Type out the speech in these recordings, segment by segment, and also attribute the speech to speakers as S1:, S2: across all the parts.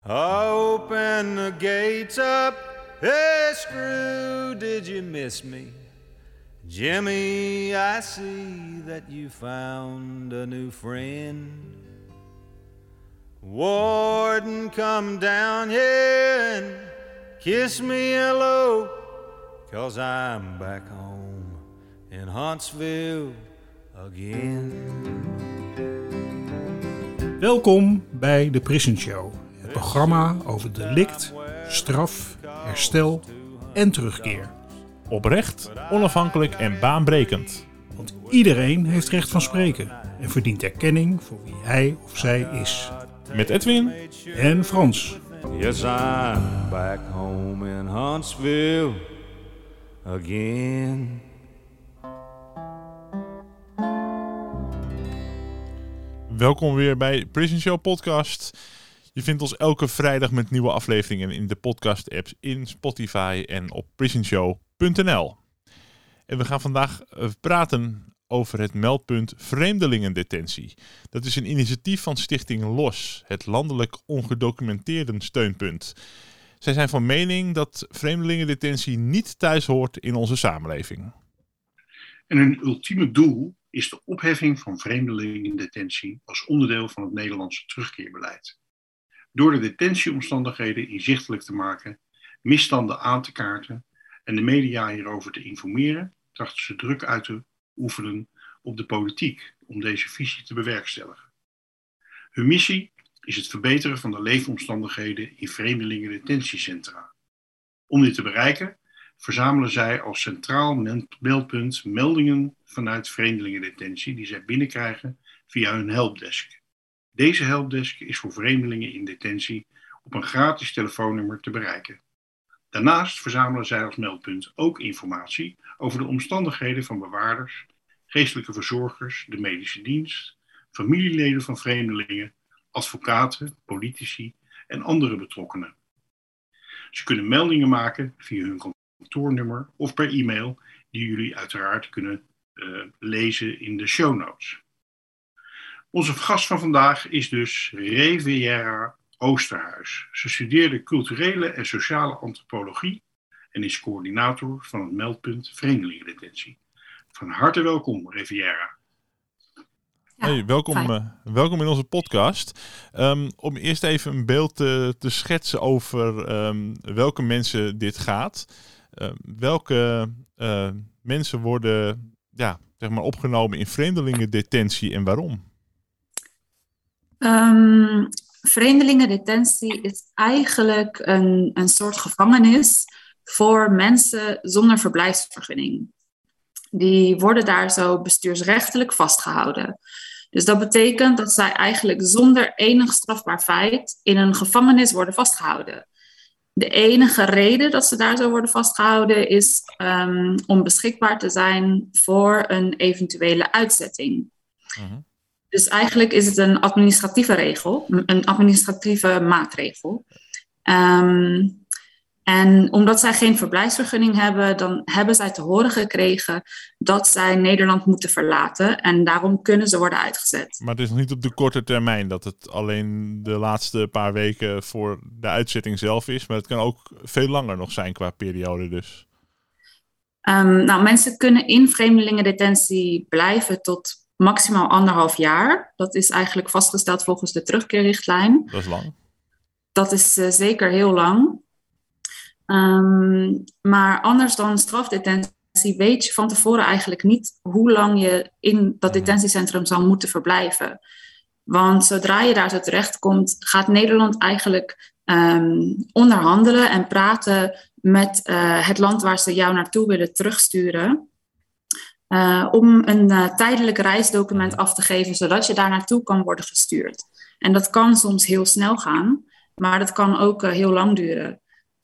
S1: Open the gates up, hey Screw, did you miss me? Jimmy, I see that you found a new friend. Warden, come down here and kiss me hello, 'cause I'm back home in Huntsville again.
S2: Welkom bij de Prison Show, het programma over delict, straf, herstel en terugkeer.
S3: Oprecht, onafhankelijk en baanbrekend.
S2: Want iedereen heeft recht van spreken en verdient erkenning voor wie hij of zij is.
S3: Met Edwin
S2: en Frans.
S1: Yes, I'm back home in Huntsville again.
S3: Welkom weer bij Prison Show Podcast. Je vindt ons elke vrijdag met nieuwe afleveringen in de podcast-apps in Spotify en op prisonshow.nl. En we gaan vandaag praten over het meldpunt Vreemdelingendetentie. Dat is een initiatief van Stichting LOS, het landelijk ongedocumenteerden steunpunt. Zij zijn van mening dat vreemdelingendetentie niet thuis hoort in onze samenleving.
S4: En hun ultieme doel is de opheffing van vreemdelingendetentie als onderdeel van het Nederlandse terugkeerbeleid. Door de detentieomstandigheden inzichtelijk te maken, misstanden aan te kaarten en de media hierover te informeren, trachten ze druk uit te oefenen op de politiek om deze visie te bewerkstelligen. Hun missie is het verbeteren van de leefomstandigheden in vreemdelingendetentiecentra. Om dit te bereiken verzamelen zij als centraal meldpunt meldingen vanuit vreemdelingendetentie die zij binnenkrijgen via hun helpdesk. Deze helpdesk is voor vreemdelingen in detentie op een gratis telefoonnummer te bereiken. Daarnaast verzamelen zij als meldpunt ook informatie over de omstandigheden van bewaarders, geestelijke verzorgers, de medische dienst, familieleden van vreemdelingen, advocaten, politici en andere betrokkenen. Ze kunnen meldingen maken via hun kantoornummer of per e-mail, die jullie uiteraard kunnen lezen in de show notes. Onze gast van vandaag is dus Riviera Oosterhuis. Ze studeerde culturele en sociale antropologie en is coördinator van het meldpunt Vreemdelingendetentie. Van harte welkom, Riviera.
S3: Ja, hey, welkom in onze podcast. Om eerst even een beeld te schetsen over welke mensen dit gaat. Welke mensen worden opgenomen in vreemdelingendetentie en waarom?
S5: Vreemdelingendetentie is eigenlijk een soort gevangenis voor mensen zonder verblijfsvergunning. Die worden daar zo bestuursrechtelijk vastgehouden. Dus dat betekent dat zij eigenlijk zonder enig strafbaar feit in een gevangenis worden vastgehouden. De enige reden dat ze daar zo worden vastgehouden is om beschikbaar te zijn voor een eventuele uitzetting. Uh-huh. Dus eigenlijk is het een administratieve maatregel. En omdat zij geen verblijfsvergunning hebben, dan hebben zij te horen gekregen dat zij Nederland moeten verlaten. En daarom kunnen ze worden uitgezet.
S3: Maar het is nog niet op de korte termijn dat het alleen de laatste paar weken voor de uitzetting zelf is. Maar het kan ook veel langer nog zijn qua periode dus.
S5: Mensen kunnen in vreemdelingendetentie blijven tot maximaal 1,5 jaar. Dat is eigenlijk vastgesteld volgens de terugkeerrichtlijn.
S3: Dat is lang.
S5: Dat is zeker heel lang. Maar anders dan strafdetentie weet je van tevoren eigenlijk niet hoe lang je in dat detentiecentrum zal moeten verblijven. Want zodra je daar zo terechtkomt, gaat Nederland eigenlijk onderhandelen en praten met het land waar ze jou naartoe willen terugsturen. Om een tijdelijk reisdocument af te geven, zodat je daar naartoe kan worden gestuurd. En dat kan soms heel snel gaan, maar dat kan ook heel lang duren.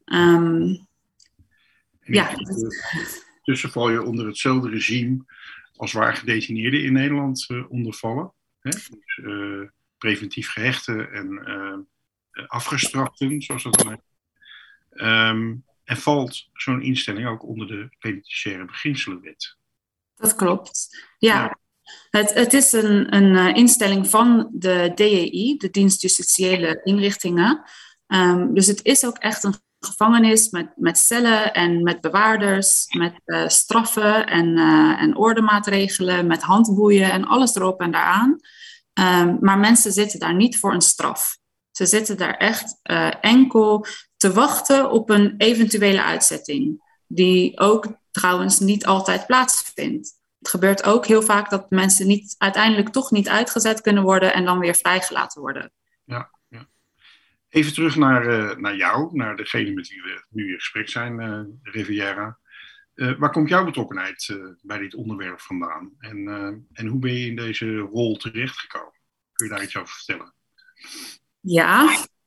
S4: Tussen val je onder hetzelfde regime als waar gedetineerden in Nederland onder vallen. Hè? Dus, preventief gehechten en afgestraften, zoals dat dan heet. En valt zo'n instelling ook onder de penitentiaire beginselenwet.
S5: Dat klopt, ja. Het is een instelling van de DJI, de Dienst Justitiële Inrichtingen. Dus het is ook echt een gevangenis met cellen en met bewaarders, met straffen en ordemaatregelen, met handboeien en alles erop en daaraan. Maar mensen zitten daar niet voor een straf. Ze zitten daar echt enkel te wachten op een eventuele uitzetting, die ook trouwens niet altijd plaatsvindt. Het gebeurt ook heel vaak dat mensen uiteindelijk toch niet uitgezet kunnen worden en dan weer vrijgelaten worden.
S4: Ja. Even terug naar jou, naar degene met wie we nu in gesprek zijn, Riviera. Waar komt jouw betrokkenheid bij dit onderwerp vandaan? En hoe ben je in deze rol terechtgekomen? Kun je daar iets over vertellen?
S5: Ja,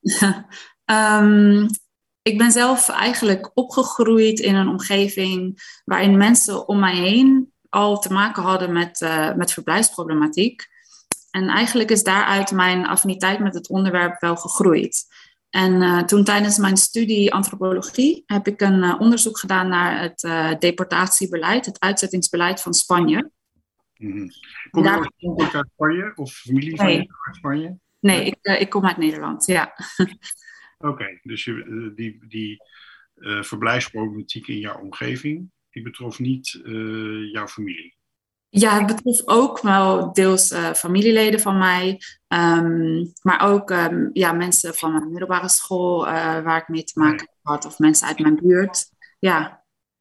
S5: ik ben zelf eigenlijk opgegroeid in een omgeving waarin mensen om mij heen al te maken hadden met verblijfsproblematiek. En eigenlijk is daaruit mijn affiniteit met het onderwerp wel gegroeid. En toen tijdens mijn studie antropologie heb ik een onderzoek gedaan naar het deportatiebeleid, het uitzettingsbeleid van Spanje.
S4: Mm-hmm. Kom je oorspronkelijk uit Spanje of familie van je uit Spanje?
S5: Nee, ik kom uit Nederland, ja.
S4: Oké, dus die verblijfsproblematiek in jouw omgeving, die betrof niet jouw familie?
S5: Ja, het betrof ook wel deels familieleden van mij, maar ook mensen van mijn middelbare school waar ik mee te maken had, of mensen uit mijn buurt. Ja.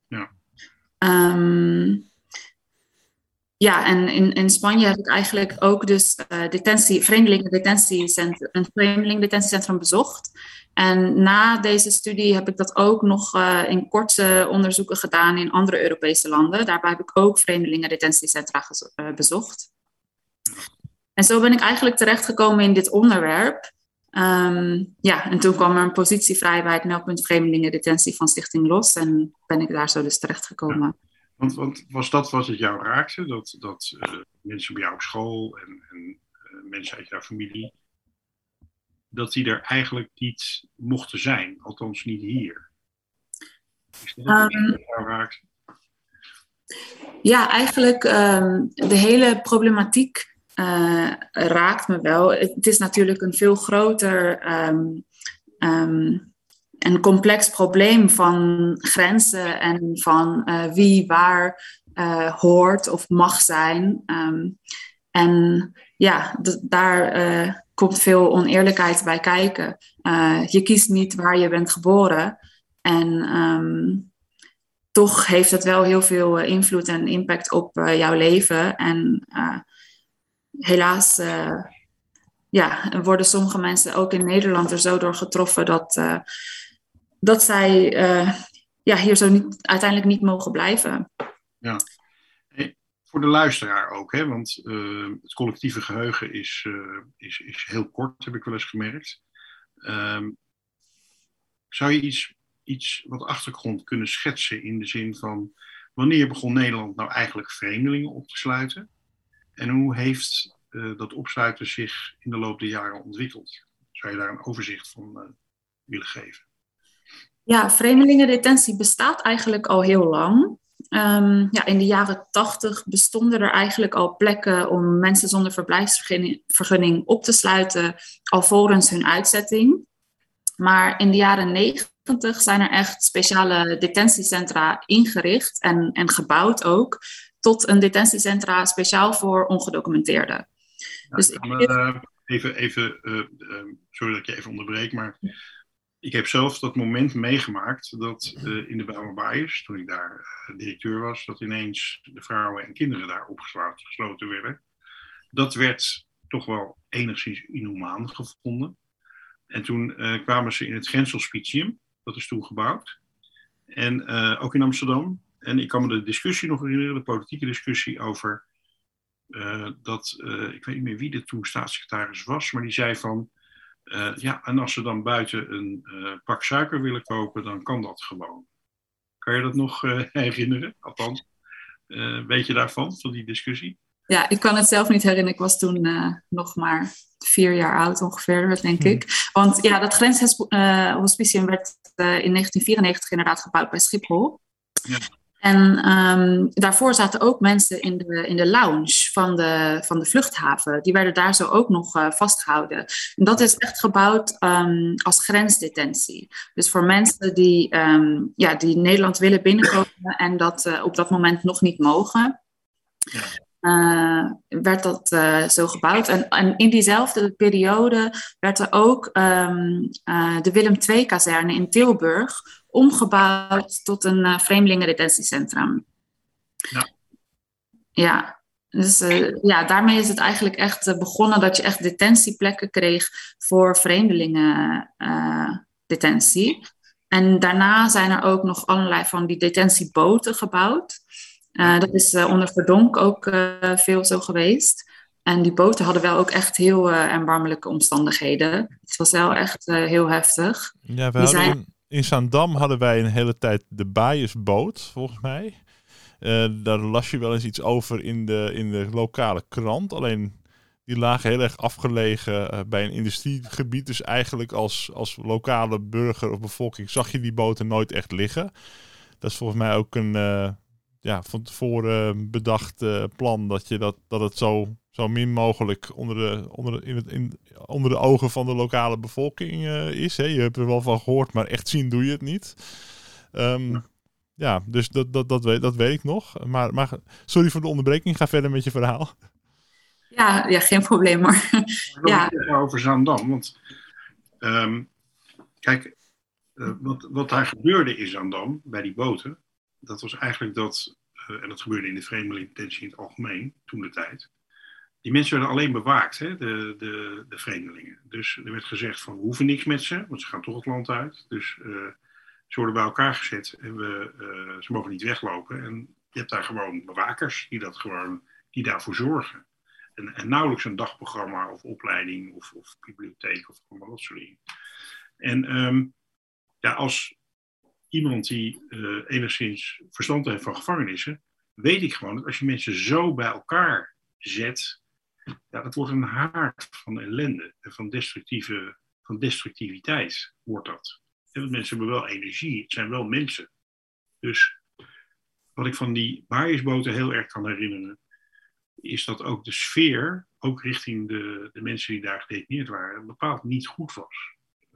S5: En in Spanje heb ik eigenlijk ook dus een vreemdelingdetentiecentrum bezocht. En na deze studie heb ik dat ook nog in korte onderzoeken gedaan in andere Europese landen. Daarbij heb ik ook vreemdelingdetentiecentra bezocht. En zo ben ik eigenlijk terechtgekomen in dit onderwerp. En toen kwam er een positie vrij bij het meldpunt vreemdelingendetentie van Stichting LOS. En ben ik daar zo dus terechtgekomen.
S4: Ja. Want was dat wat het jou raakte? Dat mensen bij jou op school en mensen uit jouw familie, dat die er eigenlijk niet mochten zijn, althans niet hier? Is dat wat jou raakt?
S5: Ja, eigenlijk de hele problematiek raakt me wel. Het is natuurlijk een veel groter een complex probleem van grenzen en van wie waar hoort of mag zijn. Daar komt veel oneerlijkheid bij kijken. Je kiest niet waar je bent geboren. En toch heeft het wel heel veel invloed en impact op jouw leven. En helaas worden sommige mensen ook in Nederland er zo door getroffen dat zij hier zo uiteindelijk niet mogen blijven.
S4: Ja. Hey, voor de luisteraar ook, hè? Want het collectieve geheugen is heel kort, heb ik wel eens gemerkt. Zou je iets wat achtergrond kunnen schetsen in de zin van wanneer begon Nederland nou eigenlijk vreemdelingen op te sluiten? En hoe heeft dat opsluiten zich in de loop der jaren ontwikkeld? Zou je daar een overzicht van willen geven?
S5: Ja, vreemdelingendetentie bestaat eigenlijk al heel lang. In de jaren 80 bestonden er eigenlijk al plekken om mensen zonder verblijfsvergunning op te sluiten, alvorens hun uitzetting. Maar in de jaren 90 zijn er echt speciale detentiecentra ingericht en gebouwd ook, tot een detentiecentra speciaal voor ongedocumenteerden.
S4: Ja,
S5: dus
S4: sorry dat ik je even onderbreek, maar ik heb zelf dat moment meegemaakt dat in de Bijlmerbaaiers, toen ik daar directeur was, dat ineens de vrouwen en kinderen daar opgesloten werden. Dat werd toch wel enigszins inhumaan gevonden. En toen kwamen ze in het Grenshospitium, dat is toen gebouwd. En ook in Amsterdam. En ik kan me de discussie nog herinneren, de politieke discussie over ik weet niet meer wie de toen staatssecretaris was, maar die zei van, en als ze dan buiten een pak suiker willen kopen, dan kan dat gewoon. Kan je dat nog herinneren? Althans, weet je daarvan, van die discussie?
S5: Ja, ik kan het zelf niet herinneren. Ik was toen nog maar 4 jaar oud ongeveer, denk ik. Want ja, dat grenshospitium werd in 1994 inderdaad gebouwd bij Schiphol.
S4: Ja.
S5: En daarvoor zaten ook mensen in de lounge van de vluchthaven. Die werden daar zo ook nog vastgehouden. En dat is echt gebouwd als grensdetentie. Dus voor mensen die Nederland willen binnenkomen en dat op dat moment nog niet mogen. Werd dat zo gebouwd. En in diezelfde periode werd er ook de Willem II-kazerne in Tilburg omgebouwd tot een vreemdelingendetentiecentrum. Ja. Dus daarmee is het eigenlijk echt begonnen dat je echt detentieplekken kreeg voor vreemdelingendetentie. En daarna zijn er ook nog allerlei van die detentieboten gebouwd. Dat is onder Verdonk ook veel zo geweest. En die boten hadden wel ook echt heel erbarmelijke omstandigheden. Het was wel echt heel heftig.
S3: Ja, in Zaandam hadden wij een hele tijd de Baaiensboot, volgens mij. Daar las je wel eens iets over in de lokale krant. Alleen die lagen heel erg afgelegen bij een industriegebied. Dus eigenlijk als lokale burger of bevolking zag je die boten nooit echt liggen. Dat is volgens mij ook een van tevoren bedacht plan dat het zo min mogelijk onder de ogen van de lokale bevolking is. Hè. Je hebt er wel van gehoord, maar echt zien doe je het niet. Dus dat weet ik nog. Maar sorry voor de onderbreking. Ga verder met je verhaal.
S5: Ja, geen probleem hoor.
S4: Over Zaandam. Want kijk, wat daar gebeurde in Zaandam, bij die boten, dat was eigenlijk en dat gebeurde in de vreemdelingendetentie in het algemeen, toen de tijd. Die mensen werden alleen bewaakt, hè, de vreemdelingen. Dus er werd gezegd van, we hoeven niks met ze, want ze gaan toch het land uit. Dus ze worden bij elkaar gezet en ze mogen niet weglopen. En je hebt daar gewoon bewakers die daarvoor zorgen. En nauwelijks een dagprogramma of opleiding of bibliotheek of allemaal dat soort dingen. En als iemand die enigszins verstand heeft van gevangenissen, weet ik gewoon dat als je mensen zo bij elkaar zet, dat wordt een haard van ellende en van destructiviteit wordt dat. Want mensen hebben wel energie, het zijn wel mensen. Dus wat ik van die Baaiensboten heel erg kan herinneren, is dat ook de sfeer, ook richting de mensen die daar gedetineerd waren, bepaald niet goed was.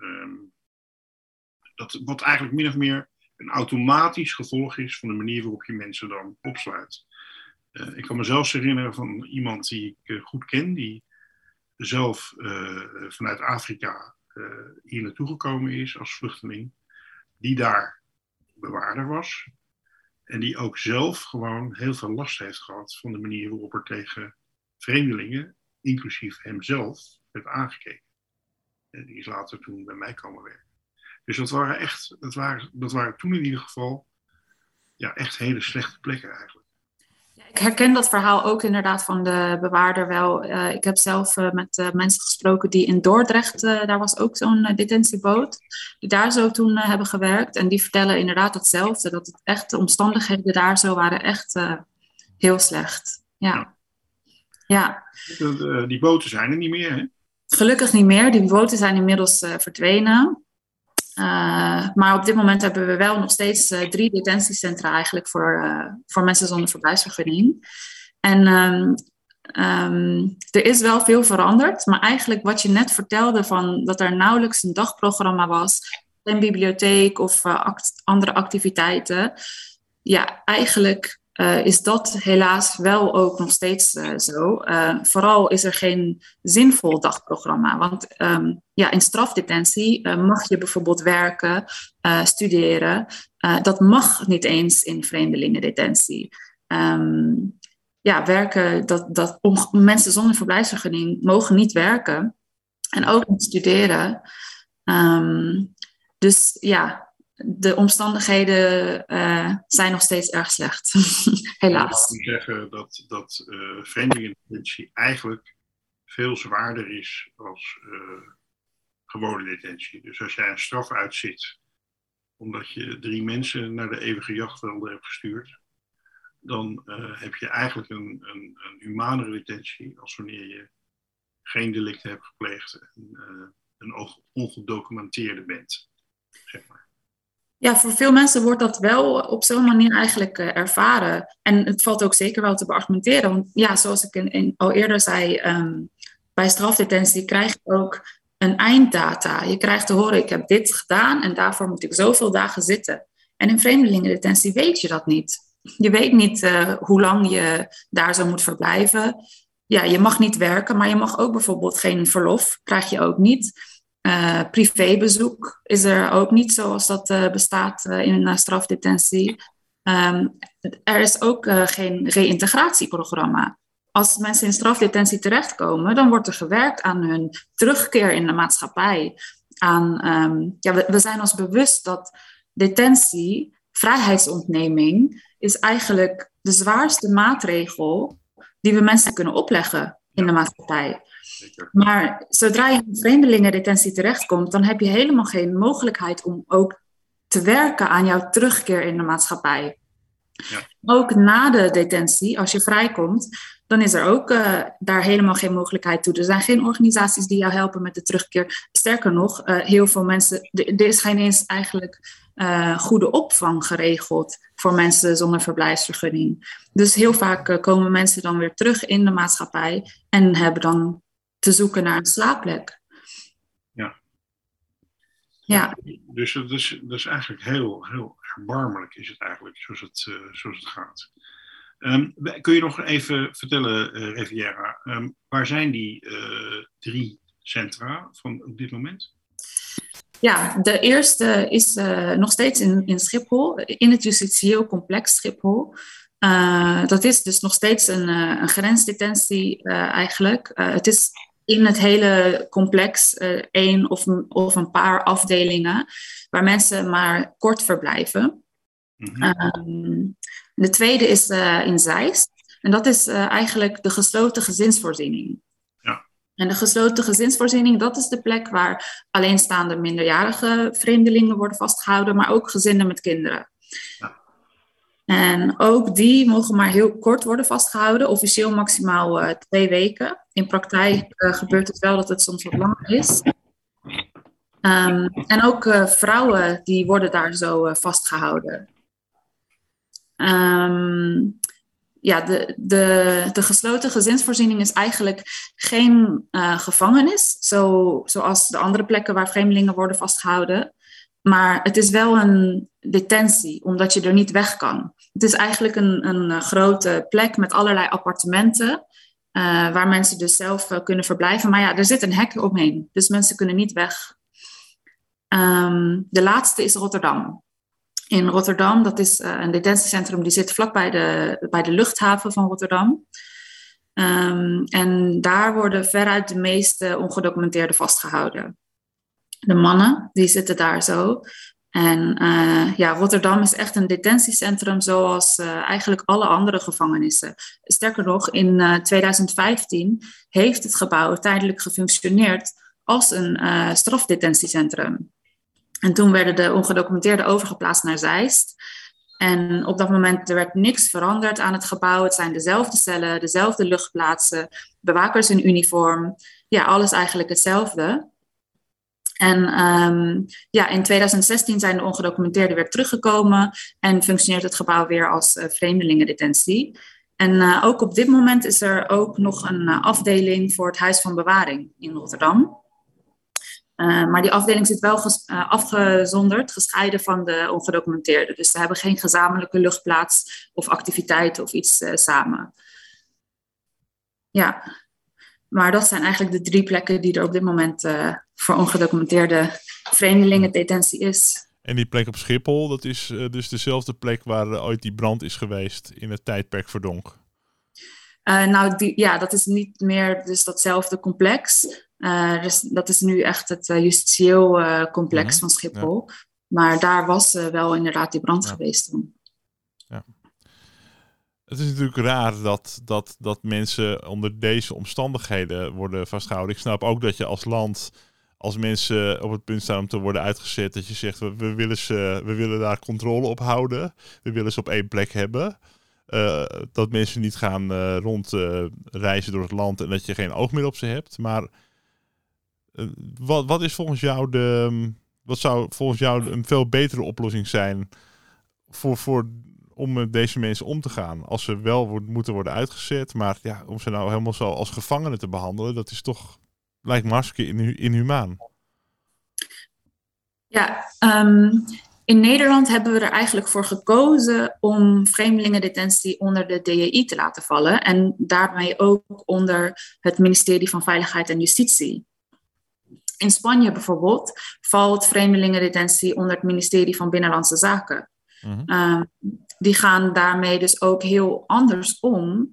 S4: Wat eigenlijk min of meer een automatisch gevolg is van de manier waarop je mensen dan opsluit. Ik kan me zelfs herinneren van iemand die ik goed ken, die zelf vanuit Afrika hier naartoe gekomen is als vluchteling, die daar bewaarder was en die ook zelf gewoon heel veel last heeft gehad van de manier waarop er tegen vreemdelingen, inclusief hemzelf, werd aangekeken. Die is later toen bij mij komen werken. Dus dat waren toen in ieder geval echt hele slechte plekken eigenlijk.
S5: Ik herken dat verhaal ook inderdaad van de bewaarder wel. Ik heb zelf met mensen gesproken die in Dordrecht, daar was ook zo'n detentieboot, die daar zo toen hebben gewerkt. En die vertellen inderdaad hetzelfde, dat het echt, de omstandigheden daar zo waren echt heel slecht. Ja.
S4: Die boten zijn er niet meer, hè?
S5: Gelukkig niet meer. Die boten zijn inmiddels verdwenen. Maar op dit moment hebben we wel nog steeds 3 detentiecentra eigenlijk voor mensen zonder verblijfsvergunning. En er is wel veel veranderd, maar eigenlijk wat je net vertelde van dat er nauwelijks een dagprogramma was, geen bibliotheek of andere activiteiten. Ja, eigenlijk is dat helaas wel ook nog steeds zo. Vooral is er geen zinvol dagprogramma. Want in strafdetentie mag je bijvoorbeeld werken, studeren. Dat mag niet eens in vreemdelingendetentie. Werken, mensen zonder verblijfsvergunning mogen niet werken. En ook niet studeren. Dus ja, de omstandigheden zijn nog steeds erg slecht. Helaas.
S4: Ik moet zeggen dat vreemdelingendetentie eigenlijk veel zwaarder is als gewone detentie. Dus als jij een straf uitzit omdat je 3 mensen naar de eeuwige jachtvelden hebt gestuurd, dan heb je eigenlijk een humanere detentie als wanneer je geen delicten hebt gepleegd en een ongedocumenteerde bent, zeg maar.
S5: Ja, voor veel mensen wordt dat wel op zo'n manier eigenlijk ervaren. En het valt ook zeker wel te beargumenteren. Want ja, zoals ik al eerder zei, bij strafdetentie krijg je ook een einddata. Je krijgt te horen, ik heb dit gedaan en daarvoor moet ik zoveel dagen zitten. En in vreemdelingendetentie weet je dat niet. Je weet niet hoe lang je daar zo moet verblijven. Ja, je mag niet werken, maar je mag ook bijvoorbeeld geen verlof. Krijg je ook niet. Privébezoek is er ook niet zoals dat bestaat in strafdetentie. Er is ook geen reïntegratieprogramma. Als mensen in strafdetentie terechtkomen, dan wordt er gewerkt aan hun terugkeer in de maatschappij. We zijn ons bewust dat detentie, vrijheidsontneming, is eigenlijk de zwaarste maatregel die we mensen kunnen opleggen in de maatschappij. Maar zodra je in vreemdelingendetentie terechtkomt, dan heb je helemaal geen mogelijkheid om ook te werken aan jouw terugkeer in de maatschappij. Ja. Ook na de detentie, als je vrijkomt, dan is er ook daar helemaal geen mogelijkheid toe. Er zijn geen organisaties die jou helpen met de terugkeer. Sterker nog, heel veel mensen, er is geen eens eigenlijk goede opvang geregeld voor mensen zonder verblijfsvergunning. Dus heel vaak komen mensen dan weer terug in de maatschappij en hebben dan te zoeken naar een slaapplek. Ja.
S4: Dus dat is eigenlijk heel, heel erbarmelijk is het eigenlijk, zoals het gaat. Kun je nog even vertellen, Riviera, waar zijn die 3 centra van op dit moment?
S5: Ja, de eerste is nog steeds in Schiphol, in het justitieel complex Schiphol. Dat is dus nog steeds een grensdetentie eigenlijk. Het is in het hele complex 1 of een paar afdelingen waar mensen maar kort verblijven. Mm-hmm. De tweede is in Zeist. En dat is eigenlijk de gesloten gezinsvoorziening. Ja. En de gesloten gezinsvoorziening, dat is de plek waar alleenstaande minderjarige vreemdelingen worden vastgehouden, maar ook gezinnen met kinderen. Ja. En ook die mogen maar heel kort worden vastgehouden, officieel maximaal 2 weken. In praktijk gebeurt het wel dat het soms wat langer is. En ook vrouwen die worden daar zo vastgehouden. De gesloten gezinsvoorziening is eigenlijk geen gevangenis, zoals de andere plekken waar vreemdelingen worden vastgehouden. Maar het is wel een detentie, omdat je er niet weg kan. Het is eigenlijk een grote plek met allerlei appartementen, waar mensen dus zelf kunnen verblijven. Maar ja, er zit een hek omheen, dus mensen kunnen niet weg. De laatste is Rotterdam. In Rotterdam, dat is een detentiecentrum, die zit vlakbij bij de luchthaven van Rotterdam. En daar worden veruit de meeste ongedocumenteerden vastgehouden. De mannen, die zitten daar zo. En Rotterdam is echt een detentiecentrum zoals eigenlijk alle andere gevangenissen. Sterker nog, in 2015 heeft het gebouw tijdelijk gefunctioneerd als een strafdetentiecentrum. En toen werden de ongedocumenteerden overgeplaatst naar Zeist. En op dat moment er werd niks veranderd aan het gebouw. Het zijn dezelfde cellen, dezelfde luchtplaatsen, bewakers in uniform. Ja, alles eigenlijk hetzelfde. En in 2016 zijn de ongedocumenteerden weer teruggekomen en functioneert het gebouw weer als vreemdelingendetentie. En ook op dit moment is er ook nog een afdeling voor het Huis van Bewaring in Rotterdam. Maar die afdeling zit wel afgezonderd, gescheiden van de ongedocumenteerden. Dus ze hebben geen gezamenlijke luchtplaats of activiteiten of iets samen. Ja, maar dat zijn eigenlijk de 3 plekken die er op dit moment voor ongedocumenteerde vreemdelingendetentie is.
S3: En die plek op Schiphol, dat is dus dezelfde plek waar ooit die brand is geweest in het tijdperk Verdonk?
S5: Dat is niet meer dus datzelfde complex. Dus dat is nu echt het justitieel complex van Schiphol. Ja. Maar daar was wel inderdaad die brand geweest toen.
S3: Ja. Het is natuurlijk raar dat mensen onder deze omstandigheden worden vastgehouden. Ik snap ook dat je als land, als mensen op het punt staan om te worden uitgezet, dat je zegt, we willen daar controle op houden. We willen ze op 1 plek hebben. Dat mensen niet gaan rondreizen door het land en dat je geen oog meer op ze hebt. Maar wat is volgens jou wat zou volgens jou een veel betere oplossing zijn om met deze mensen om te gaan? Als ze wel moeten worden uitgezet, maar ja, om ze nou helemaal zo als gevangenen te behandelen, dat is toch, lijkt me hartstikke inhumaan.
S5: Ja, in Nederland hebben we er eigenlijk voor gekozen om vreemdelingendetentie onder de DJI te laten vallen en daarmee ook onder het ministerie van Veiligheid en Justitie. In Spanje bijvoorbeeld valt vreemdelingendetentie onder het ministerie van Binnenlandse Zaken. Mm-hmm. Die gaan daarmee dus ook heel anders om.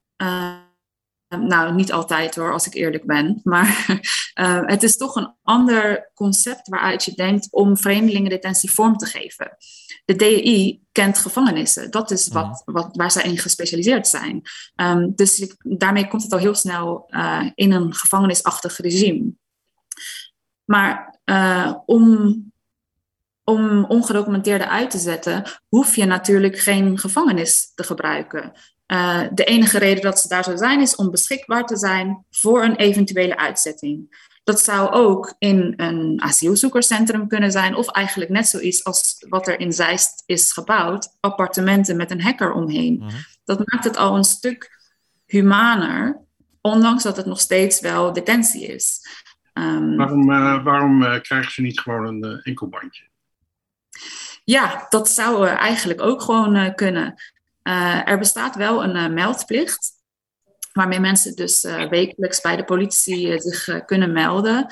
S5: Nou, niet altijd hoor, als ik eerlijk ben. Maar het is toch een ander concept waaruit je denkt om vreemdelingendetentie vorm te geven. De DEI kent gevangenissen. Dat is waar zij in gespecialiseerd zijn. Dus daarmee komt het al heel snel in een gevangenisachtig regime. Maar om ongedocumenteerden uit te zetten, hoef je natuurlijk geen gevangenis te gebruiken. De enige reden dat ze daar zo zijn, is om beschikbaar te zijn voor een eventuele uitzetting. Dat zou ook in een asielzoekerscentrum kunnen zijn, of eigenlijk net zoiets als wat er in Zeist is gebouwd, appartementen met een hek eromheen. Mm-hmm. Dat maakt het al een stuk humaner, ondanks dat het nog steeds wel detentie is.
S4: Waarom krijgen ze niet gewoon een enkelbandje?
S5: Ja, dat zou eigenlijk ook gewoon kunnen. Er bestaat wel een meldplicht, waarmee mensen dus wekelijks bij de politie zich kunnen melden.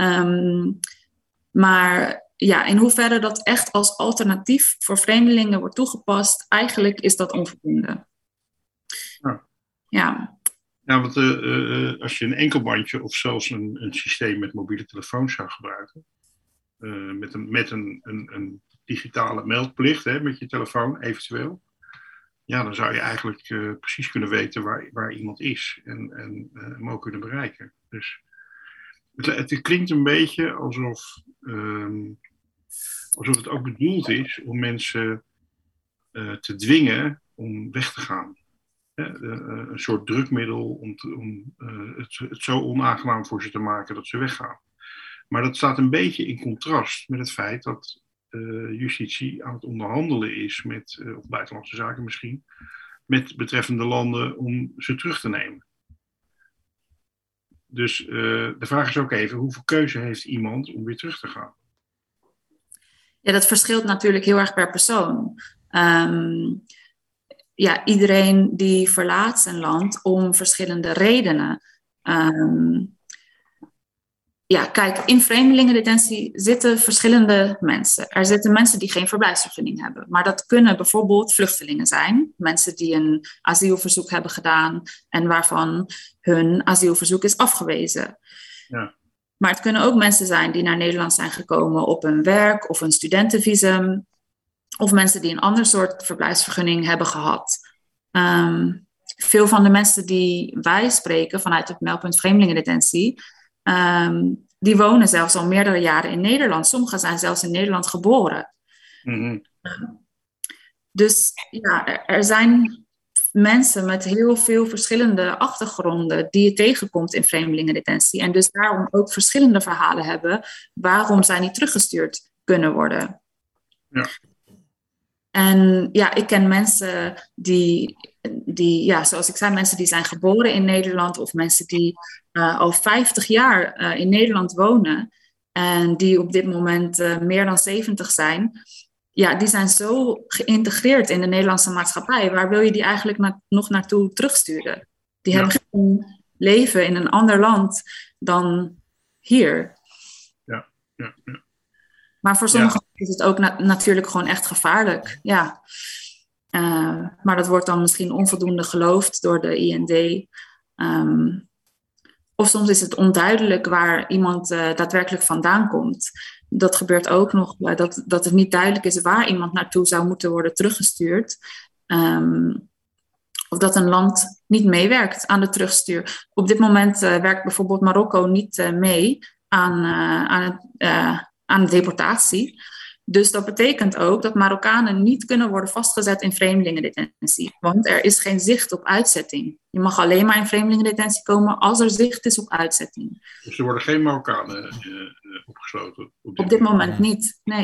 S5: Maar ja, in hoeverre dat echt als alternatief voor vreemdelingen wordt toegepast, eigenlijk is dat onvoldoende. Ja.
S4: Ja, want als je een enkelbandje of zelfs een systeem met mobiele telefoons zou gebruiken, met een digitale meldplicht, hè, met je telefoon eventueel, ja, dan zou je eigenlijk precies kunnen weten waar iemand is en hem ook kunnen bereiken. Dus het klinkt een beetje alsof het ook bedoeld is om mensen te dwingen om weg te gaan. Een soort drukmiddel om het zo onaangenaam voor ze te maken dat ze weggaan. Maar dat staat een beetje in contrast met het feit dat justitie aan het onderhandelen is met, of buitenlandse zaken misschien, met betreffende landen om ze terug te nemen. Dus de vraag is ook even, hoeveel keuze heeft iemand om weer terug te gaan?
S5: Ja, dat verschilt natuurlijk heel erg per persoon. Ja, iedereen die verlaat zijn land om verschillende redenen. Ja, kijk, in vreemdelingendetentie zitten verschillende mensen. Er zitten mensen die geen verblijfsvergunning hebben. Maar dat kunnen bijvoorbeeld vluchtelingen zijn. Mensen die een asielverzoek hebben gedaan en waarvan hun asielverzoek is afgewezen. Ja. Maar het kunnen ook mensen zijn die naar Nederland zijn gekomen op een werk- of een studentenvisum. Of mensen die een ander soort verblijfsvergunning hebben gehad. Veel van de mensen die wij spreken vanuit het meldpunt vreemdelingendetentie, die wonen zelfs al meerdere jaren in Nederland. Sommigen zijn zelfs in Nederland geboren. Mm-hmm. Dus ja, er zijn mensen met heel veel verschillende achtergronden die je tegenkomt in vreemdelingendetentie. En dus daarom ook verschillende verhalen hebben waarom zij niet teruggestuurd kunnen worden. Ja. En ja, ik ken mensen die ja, zoals ik zei, mensen die zijn geboren in Nederland of mensen die al 50 jaar in Nederland wonen en die op dit moment meer dan 70 zijn. Ja, die zijn zo geïntegreerd in de Nederlandse maatschappij. Waar wil je die eigenlijk nog naartoe terugsturen? Die hebben geen leven in een ander land dan hier. Ja. Maar voor sommigen is het ook natuurlijk gewoon echt gevaarlijk. Ja. Maar dat wordt dan misschien onvoldoende geloofd door de IND. Of soms is het onduidelijk waar iemand daadwerkelijk vandaan komt. Dat gebeurt ook nog, dat het niet duidelijk is waar iemand naartoe zou moeten worden teruggestuurd. Of dat een land niet meewerkt aan de terugstuur. Op dit moment werkt bijvoorbeeld Marokko niet mee aan de deportatie. Dus dat betekent ook dat Marokkanen niet kunnen worden vastgezet in vreemdelingendetentie. Want er is geen zicht op uitzetting. Je mag alleen maar in vreemdelingendetentie komen als er zicht is op uitzetting.
S4: Dus er worden geen Marokkanen opgesloten?
S5: Op dit moment niet, nee.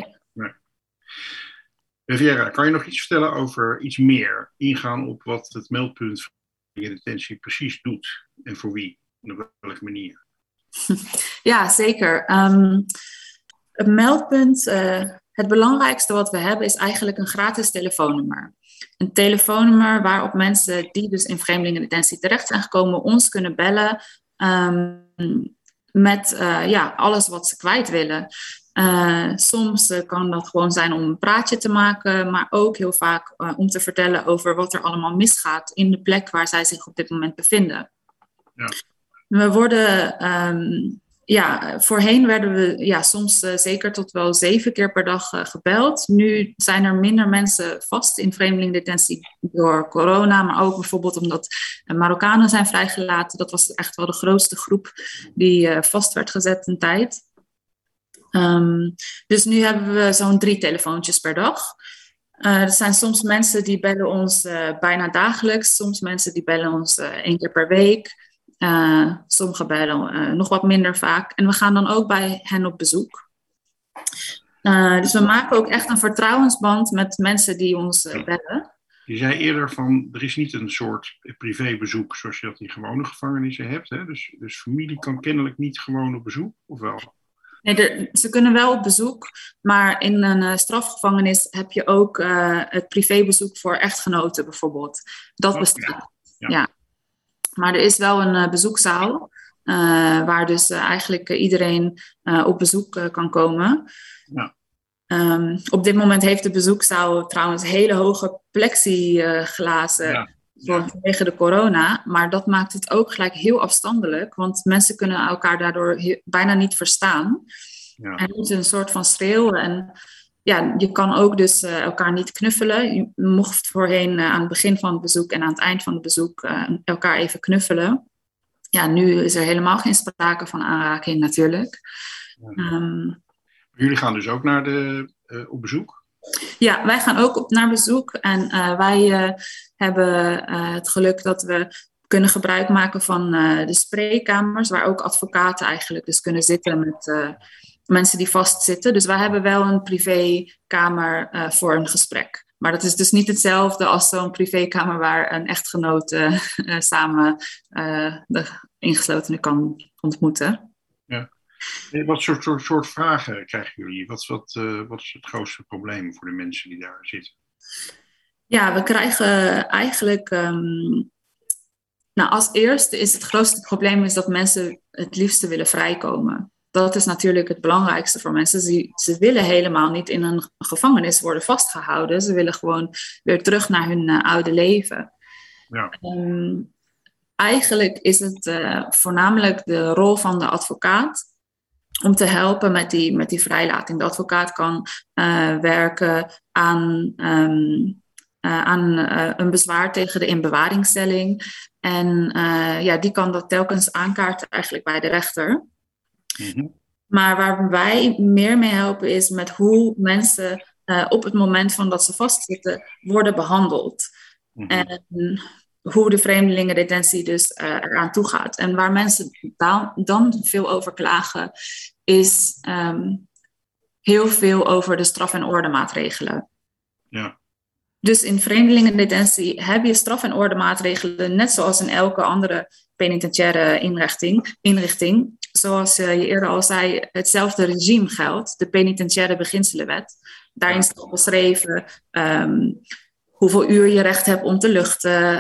S4: Vera, kan je nog iets vertellen over iets meer? Ingaan op wat het meldpunt vreemdelingendetentie precies doet en voor wie en op welke manier?
S5: Ja, zeker. Het meldpunt, het belangrijkste wat we hebben is eigenlijk een gratis telefoonnummer. Een telefoonnummer waarop mensen die dus in vreemdelingendetentie terecht zijn gekomen ons kunnen bellen met alles wat ze kwijt willen. Soms kan dat gewoon zijn om een praatje te maken, maar ook heel vaak om te vertellen over wat er allemaal misgaat in de plek waar zij zich op dit moment bevinden.
S4: Ja.
S5: We worden, voorheen werden we soms zeker tot wel 7 keer per dag gebeld. Nu zijn er minder mensen vast in vreemdelingendetentie door corona, maar ook bijvoorbeeld omdat Marokkanen zijn vrijgelaten. Dat was echt wel de grootste groep die vast werd gezet een tijd. Dus nu hebben we zo'n 3 telefoontjes per dag. Er zijn soms mensen die bellen ons bijna dagelijks. Soms mensen die bellen ons 1 keer per week. Sommigen bellen nog wat minder vaak. En we gaan dan ook bij hen op bezoek. Dus we maken ook echt een vertrouwensband met mensen die ons bellen.
S4: Je zei eerder van, er is niet een soort privébezoek zoals je dat in gewone gevangenissen hebt. Hè? Dus familie kan kennelijk niet gewoon op bezoek, of wel?
S5: Nee, ze kunnen wel op bezoek, maar in een strafgevangenis heb je ook het privébezoek voor echtgenoten bijvoorbeeld. Dat bestaat. Ja. Maar er is wel een bezoekzaal waar dus eigenlijk iedereen op bezoek kan komen.
S4: Ja.
S5: Op dit moment heeft de bezoekzaal trouwens hele hoge plexiglazen vanwege de corona. Maar dat maakt het ook gelijk heel afstandelijk. Want mensen kunnen elkaar daardoor bijna niet verstaan. Ja. En het is een soort van schreeuw. En ja, je kan ook dus elkaar niet knuffelen. Je mocht voorheen aan het begin van het bezoek en aan het eind van het bezoek elkaar even knuffelen. Ja, nu is er helemaal geen sprake van aanraking natuurlijk.
S4: Jullie gaan dus ook op bezoek?
S5: Ja, wij gaan ook naar bezoek. En wij hebben het geluk dat we kunnen gebruik maken van de spreekkamers, waar ook advocaten eigenlijk dus kunnen zitten met mensen die vastzitten. Dus wij hebben wel een privékamer voor een gesprek. Maar dat is dus niet hetzelfde als zo'n privékamer waar een echtgenoot samen de ingeslotene kan ontmoeten.
S4: Ja. Wat soort vragen krijgen jullie? Wat is het grootste probleem voor de mensen die daar zitten? Ja, we krijgen eigenlijk... als eerste is het grootste probleem is dat mensen het liefste willen vrijkomen. Dat is natuurlijk het belangrijkste voor mensen. Ze willen helemaal niet in een gevangenis worden vastgehouden. Ze willen gewoon weer terug naar hun oude leven. Ja. Eigenlijk is het voornamelijk de rol van de advocaat om te helpen met die vrijlating. De advocaat kan werken aan een bezwaar tegen de inbewaringstelling. En die kan dat telkens aankaarten eigenlijk bij de rechter. Mm-hmm. Maar waar wij meer mee helpen is met hoe mensen op het moment van dat ze vastzitten worden behandeld. Mm-hmm. En hoe de vreemdelingendetentie dus eraan toe gaat. En waar mensen dan veel over klagen is heel veel over de straf- en ordemaatregelen. Ja. Dus in vreemdelingendetentie heb je straf- en ordemaatregelen net zoals in elke andere penitentiaire inrichting. Zoals je eerder al zei, hetzelfde regime geldt, de penitentiaire beginselenwet. Daarin staat beschreven hoeveel uur je recht hebt om te luchten,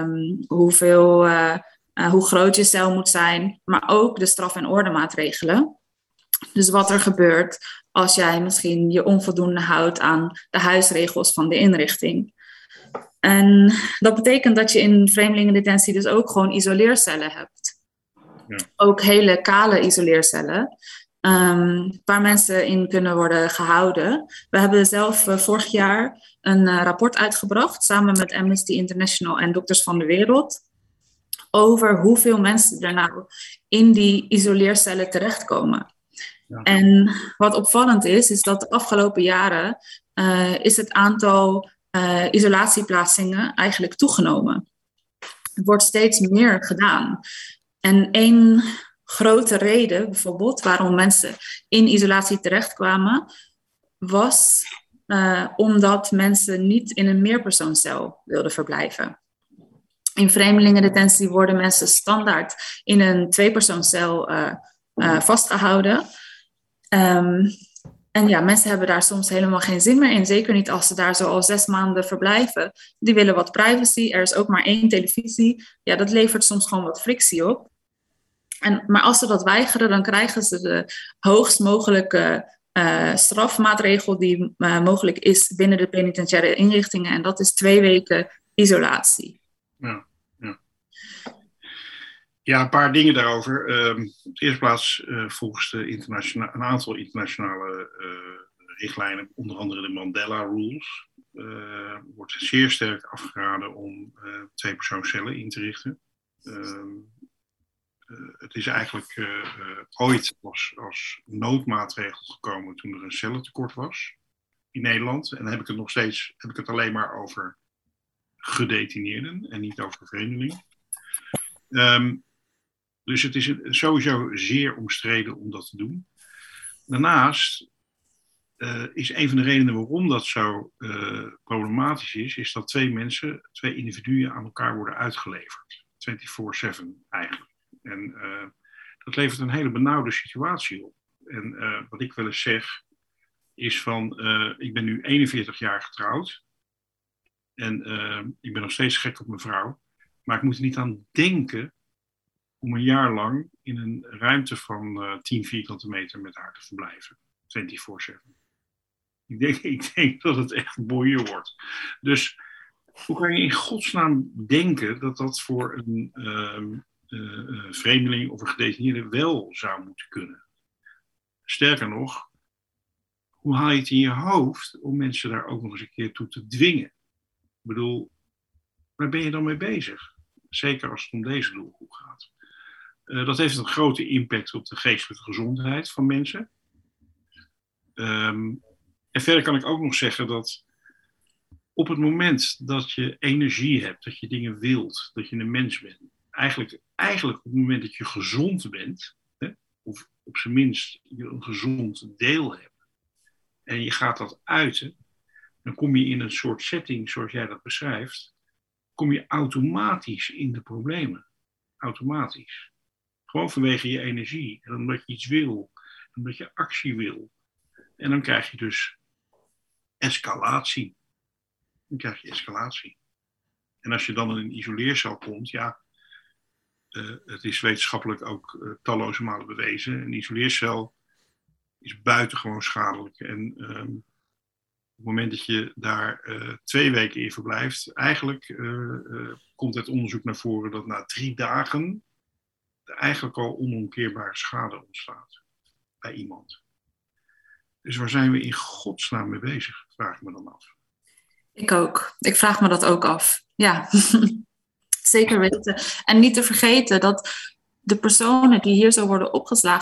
S4: hoe groot je cel moet zijn, maar ook de straf- en ordemaatregelen. Dus wat er gebeurt als jij misschien je onvoldoende houdt aan de huisregels van de inrichting. En dat betekent dat je in vreemdelingendetentie dus ook gewoon isoleercellen hebt. Ja. Ook hele kale isoleercellen, waar mensen in kunnen worden gehouden. We hebben zelf vorig jaar een rapport uitgebracht, samen met Amnesty International en Dokters van de Wereld, over hoeveel mensen er nou in die isoleercellen terechtkomen. Ja.
S5: En wat opvallend is dat de afgelopen jaren is het aantal isolatieplaatsingen eigenlijk toegenomen. Er wordt steeds meer gedaan. En één grote reden bijvoorbeeld waarom mensen in isolatie terechtkwamen, was omdat mensen niet in een meerpersoonscel wilden verblijven. In vreemdelingendetentie worden mensen standaard in een tweepersoonscel vastgehouden. En ja, mensen hebben daar soms helemaal geen zin meer in. Zeker niet als ze daar zo al 6 maanden verblijven. Die willen wat privacy. Er is ook maar 1 televisie. Ja, dat levert soms gewoon wat frictie op. Maar als ze dat weigeren, dan krijgen ze de hoogst mogelijke strafmaatregel die mogelijk is binnen de penitentiaire inrichtingen. En dat is 2 weken isolatie.
S4: Ja, een paar dingen daarover. In de eerste plaats, volgens een aantal internationale richtlijnen, onder andere de Mandela Rules, wordt zeer sterk afgeraden om 2-persoonscellen in te richten. Het is eigenlijk ooit als noodmaatregel gekomen toen er een cellentekort was in Nederland. En dan heb ik het alleen maar over gedetineerden en niet over vreemdelingen. Dus het is sowieso zeer omstreden om dat te doen. Daarnaast is een van de redenen waarom dat zo problematisch is dat 2 individuen aan elkaar worden uitgeleverd. 24/7 eigenlijk. En dat levert een hele benauwde situatie op. En wat ik wel eens zeg, is van, ik ben nu 41 jaar getrouwd. En ik ben nog steeds gek op mijn vrouw. Maar ik moet er niet aan denken om een jaar lang in een ruimte van 10 vierkante meter met haar te verblijven. 24/7. Ik denk dat het echt boeien wordt. Dus hoe kan je in godsnaam denken dat dat voor een vreemdeling of een gedetineerde wel zou moeten kunnen? Sterker nog, hoe haal je het in je hoofd om mensen daar ook nog eens een keer toe te dwingen? Ik bedoel, waar ben je dan mee bezig? Zeker als het om deze doelgroep gaat. Dat heeft een grote impact op de geestelijke gezondheid van mensen. En verder kan ik ook nog zeggen dat op het moment dat je energie hebt, dat je dingen wilt, dat je een mens bent, eigenlijk op het moment dat je gezond bent, hè, of op zijn minst je een gezond deel hebt, en je gaat dat uiten, dan kom je in een soort setting zoals jij dat beschrijft, kom je automatisch in de problemen. Automatisch. Gewoon vanwege je energie. En omdat je iets wil. Omdat je actie wil. En dan krijg je dus escalatie. En als je dan in een isoleercel komt, ja, het is wetenschappelijk ook talloze malen bewezen. Een isoleercel is buitengewoon schadelijk. En op het moment dat je daar 2 weken in verblijft, eigenlijk komt het onderzoek naar voren dat na 3 dagen er eigenlijk al onomkeerbare schade ontstaat bij iemand. Dus waar zijn we in godsnaam mee bezig, vraag ik me dan af.
S5: Ik ook. Ik vraag me dat ook af. Ja, zeker weten. En niet te vergeten dat de personen die hier zo worden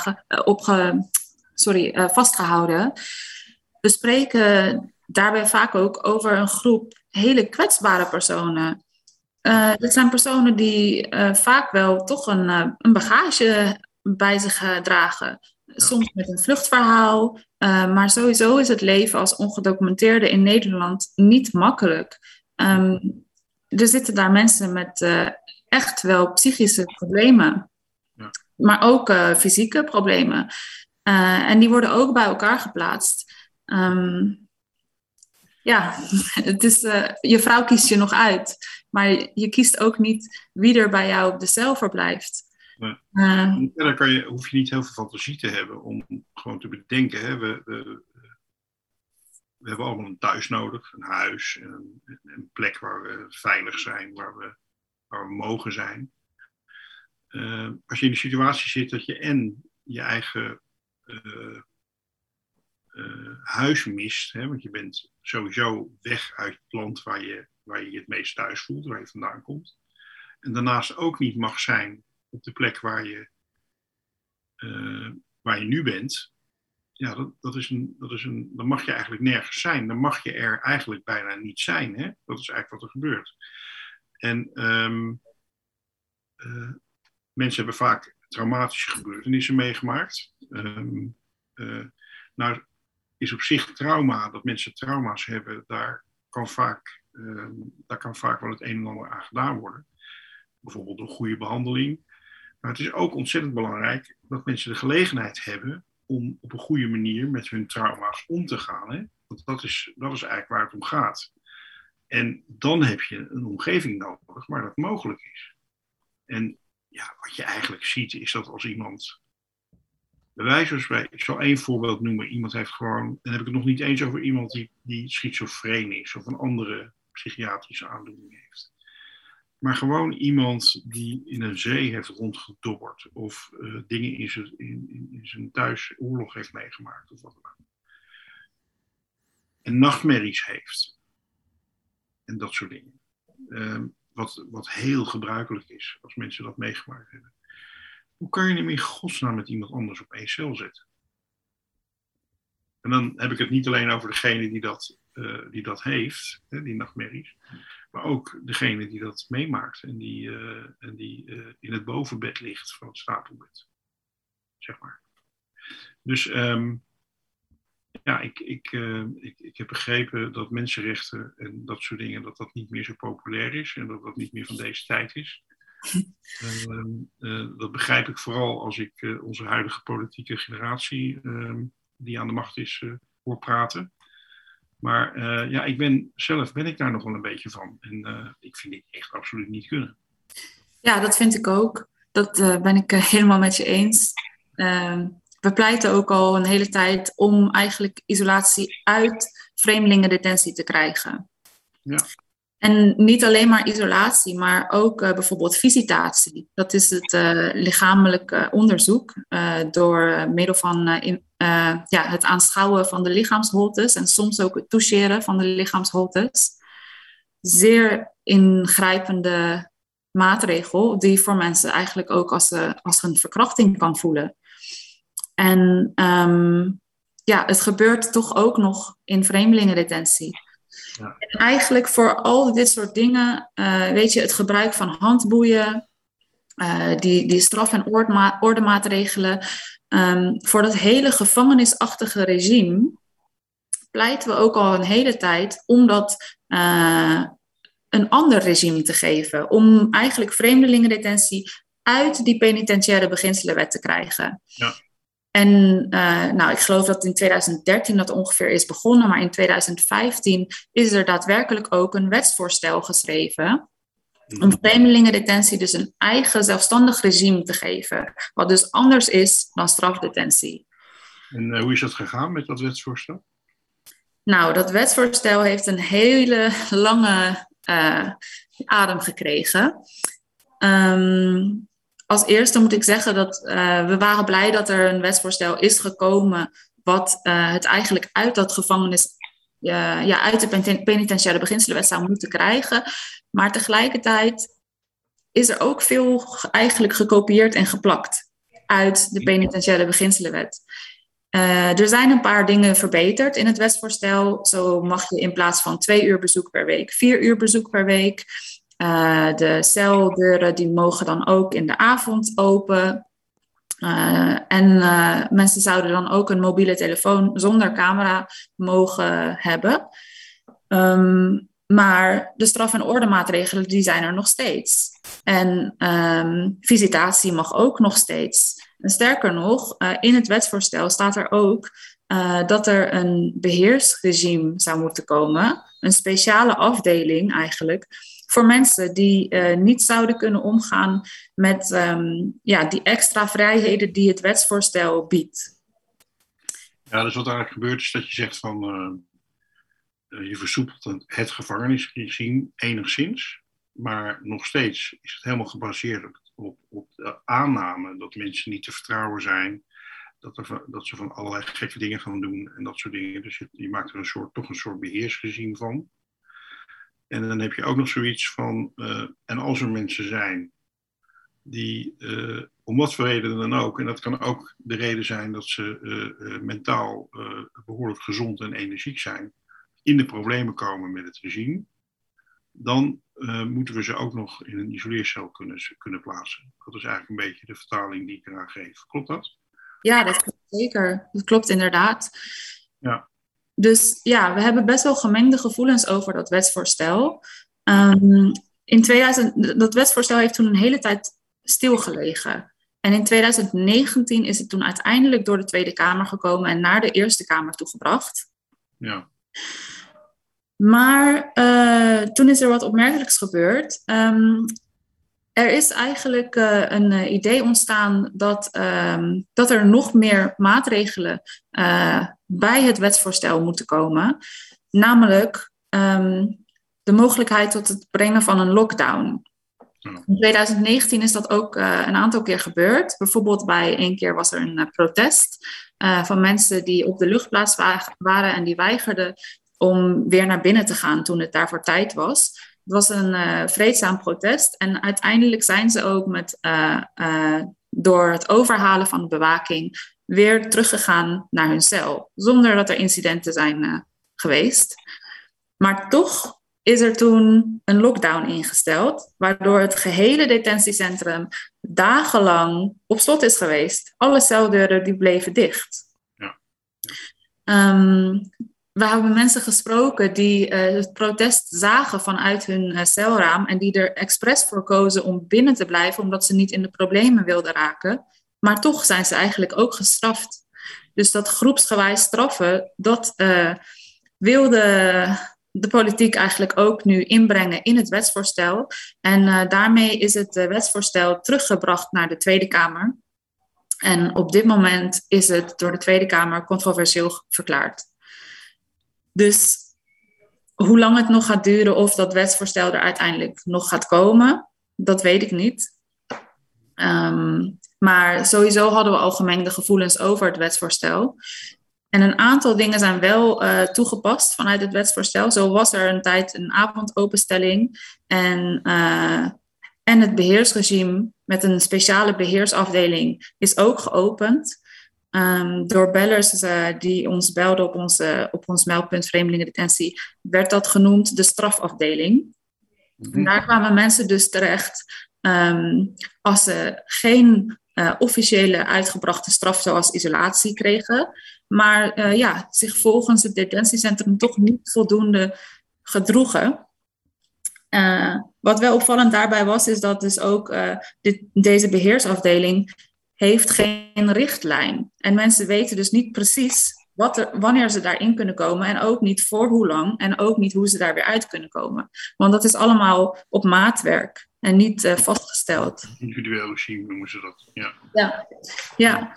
S5: vastgehouden, we spreken daarbij vaak ook over een groep hele kwetsbare personen. Dit zijn personen die vaak wel toch een bagage bij zich dragen. Soms met een vluchtverhaal. Maar sowieso is het leven als ongedocumenteerde in Nederland niet makkelijk. Er zitten daar mensen met echt wel psychische problemen.
S4: Ja.
S5: Maar ook fysieke problemen. En die worden ook bij elkaar geplaatst. Ja, het is, je vrouw kiest je nog uit. Maar je kiest ook niet wie er bij jou op de cel verblijft.
S4: Nee. Verder hoef je niet heel veel fantasie te hebben om gewoon te bedenken. Hè? We hebben allemaal een thuis nodig, een huis, een plek waar we veilig zijn, waar we mogen zijn. Als je in de situatie zit dat je en je eigen huis mist, hè? Want je bent sowieso weg uit het land waar je het meest thuis voelt, waar je vandaan komt. En daarnaast ook niet mag zijn op de plek waar je nu bent. dan mag je eigenlijk nergens zijn. Dan mag je er eigenlijk bijna niet zijn. Hè? Dat is eigenlijk wat er gebeurt. En mensen hebben vaak traumatische gebeurtenissen meegemaakt. Nou is op zich trauma, dat mensen trauma's hebben, daar kan vaak wel het een en ander aan gedaan worden. Bijvoorbeeld door goede behandeling. Maar het is ook ontzettend belangrijk dat mensen de gelegenheid hebben om op een goede manier met hun trauma's om te gaan. Hè? Want dat is eigenlijk waar het om gaat. En dan heb je een omgeving nodig waar dat mogelijk is. En ja, wat je eigenlijk ziet is dat als iemand, bij wijze van spreken, ik zal één voorbeeld noemen. Iemand heeft gewoon, dan heb ik het nog niet eens over iemand die schizofreen is of een andere psychiatrische aandoening heeft. Maar gewoon iemand die in een zee heeft rondgedobberd of dingen in zijn thuis oorlog heeft meegemaakt of wat dan ook. En nachtmerries heeft. En dat soort dingen. Wat heel gebruikelijk is als mensen dat meegemaakt hebben. Hoe kan je hem in godsnaam met iemand anders op één cel zetten? En dan heb ik het niet alleen over degene die dat heeft, die nachtmerries. Maar ook degene die dat meemaakt en die in het bovenbed ligt van het stapelbed. Zeg maar. Dus ik heb begrepen dat mensenrechten en dat soort dingen, dat niet meer zo populair is en dat niet meer van deze tijd is. Dat begrijp ik vooral als ik onze huidige politieke generatie die aan de macht is hoor praten. Maar ben ik daar nog wel een beetje van. En ik vind dit echt absoluut niet kunnen.
S5: Ja, dat vind ik ook. Dat ben ik helemaal met je eens. We pleiten ook al een hele tijd om eigenlijk isolatie uit vreemdelingendetentie te krijgen.
S4: Ja.
S5: En niet alleen maar isolatie, maar ook bijvoorbeeld visitatie. Dat is het lichamelijk onderzoek door middel van het aanschouwen van de lichaamsholtes en soms ook het toucheren van de lichaamsholtes. Zeer ingrijpende maatregel die voor mensen eigenlijk ook als een verkrachting kan voelen. En het gebeurt toch ook nog in vreemdelingendetentie. Ja. En eigenlijk voor al dit soort dingen, het gebruik van handboeien, die straf- en ordemaatregelen, voor dat hele gevangenisachtige regime pleiten we ook al een hele tijd om dat een ander regime te geven. Om eigenlijk vreemdelingendetentie uit die penitentiaire beginselenwet te krijgen. Ja. En ik geloof dat in 2013 dat ongeveer is begonnen, maar in 2015 is er daadwerkelijk ook een wetsvoorstel geschreven om vreemdelingendetentie dus een eigen zelfstandig regime te geven, wat dus anders is dan strafdetentie.
S4: En hoe is dat gegaan met dat wetsvoorstel?
S5: Nou, dat wetsvoorstel heeft een hele lange adem gekregen. Als eerste moet ik zeggen dat we waren blij dat er een wetsvoorstel is gekomen wat het eigenlijk uit dat gevangenis, uit de penitentiaire beginselenwet zou moeten krijgen. Maar tegelijkertijd is er ook veel eigenlijk gekopieerd en geplakt uit de penitentiaire beginselenwet. Er zijn een paar dingen verbeterd in het wetsvoorstel. Zo mag je in plaats van 2 uur bezoek per week 4 uur bezoek per week. De celdeuren die mogen dan ook in de avond open. En mensen zouden dan ook een mobiele telefoon zonder camera mogen hebben. Maar de straf- en ordemaatregelen die zijn er nog steeds. En visitatie mag ook nog steeds. En sterker nog, in het wetsvoorstel staat er ook dat er een beheersregime zou moeten komen. Een speciale afdeling eigenlijk voor mensen die niet zouden kunnen omgaan met die extra vrijheden die het wetsvoorstel biedt.
S4: Ja, dus wat eigenlijk gebeurt is dat je zegt van je versoepelt het gevangenisregime enigszins, maar nog steeds is het helemaal gebaseerd op de aanname dat mensen niet te vertrouwen zijn, dat ze van allerlei gekke dingen gaan doen en dat soort dingen. Dus je maakt er toch een soort beheersregime van. En dan heb je ook nog zoiets van, en als er mensen zijn die om wat voor reden dan ook, en dat kan ook de reden zijn dat ze mentaal behoorlijk gezond en energiek zijn, in de problemen komen met het regime, dan moeten we ze ook nog in een isoleercel kunnen plaatsen. Dat is eigenlijk een beetje de vertaling die ik eraan geef. Klopt dat?
S5: Ja, dat klopt zeker. Dat klopt inderdaad.
S4: Ja.
S5: Dus ja, we hebben best wel gemengde gevoelens over dat wetsvoorstel. Dat wetsvoorstel heeft toen een hele tijd stilgelegen. En in 2019 is het toen uiteindelijk door de Tweede Kamer gekomen en naar de Eerste Kamer toegebracht.
S4: Ja.
S5: Maar toen is er wat opmerkelijks gebeurd. Er is eigenlijk een idee ontstaan dat er nog meer maatregelen bij het wetsvoorstel moeten komen. Namelijk de mogelijkheid tot het brengen van een lockdown. In 2019 is dat ook een aantal keer gebeurd. Bijvoorbeeld bij één keer was er een protest van mensen die op de luchtplaats waren en die weigerden om weer naar binnen te gaan toen het daarvoor tijd was. Het was een vreedzaam protest en uiteindelijk zijn ze ook door het overhalen van de bewaking weer teruggegaan naar hun cel, zonder dat er incidenten zijn geweest. Maar toch is er toen een lockdown ingesteld, waardoor het gehele detentiecentrum dagenlang op slot is geweest. Alle celdeuren die bleven dicht.
S4: Ja.
S5: We hebben mensen gesproken die het protest zagen vanuit hun celraam en die er expres voor kozen om binnen te blijven, omdat ze niet in de problemen wilden raken. Maar toch zijn ze eigenlijk ook gestraft. Dus dat groepsgewijs straffen, dat wilde de politiek eigenlijk ook nu inbrengen in het wetsvoorstel. En daarmee is het wetsvoorstel teruggebracht naar de Tweede Kamer. En op dit moment is het door de Tweede Kamer controversieel verklaard. Dus hoe lang het nog gaat duren of dat wetsvoorstel er uiteindelijk nog gaat komen, dat weet ik niet. Maar sowieso hadden we al gemengde gevoelens over het wetsvoorstel. En een aantal dingen zijn wel toegepast vanuit het wetsvoorstel. Zo was er een tijd een avondopenstelling en het beheersregime met een speciale beheersafdeling is ook geopend. Door bellers die ons belden op ons meldpunt Vreemdelingendetentie werd dat genoemd de strafafdeling. En daar kwamen mensen dus terecht als ze geen officiële uitgebrachte straf zoals isolatie kregen, maar zich volgens het detentiecentrum toch niet voldoende gedroegen. Wat wel opvallend daarbij was, is dat dus ook deze beheersafdeling heeft geen richtlijn. En mensen weten dus niet precies wanneer ze daarin kunnen komen en ook niet voor hoe lang en ook niet hoe ze daar weer uit kunnen komen. Want dat is allemaal op maatwerk en niet vastgesteld.
S4: Individueel regime noemen ze dat,
S5: ja.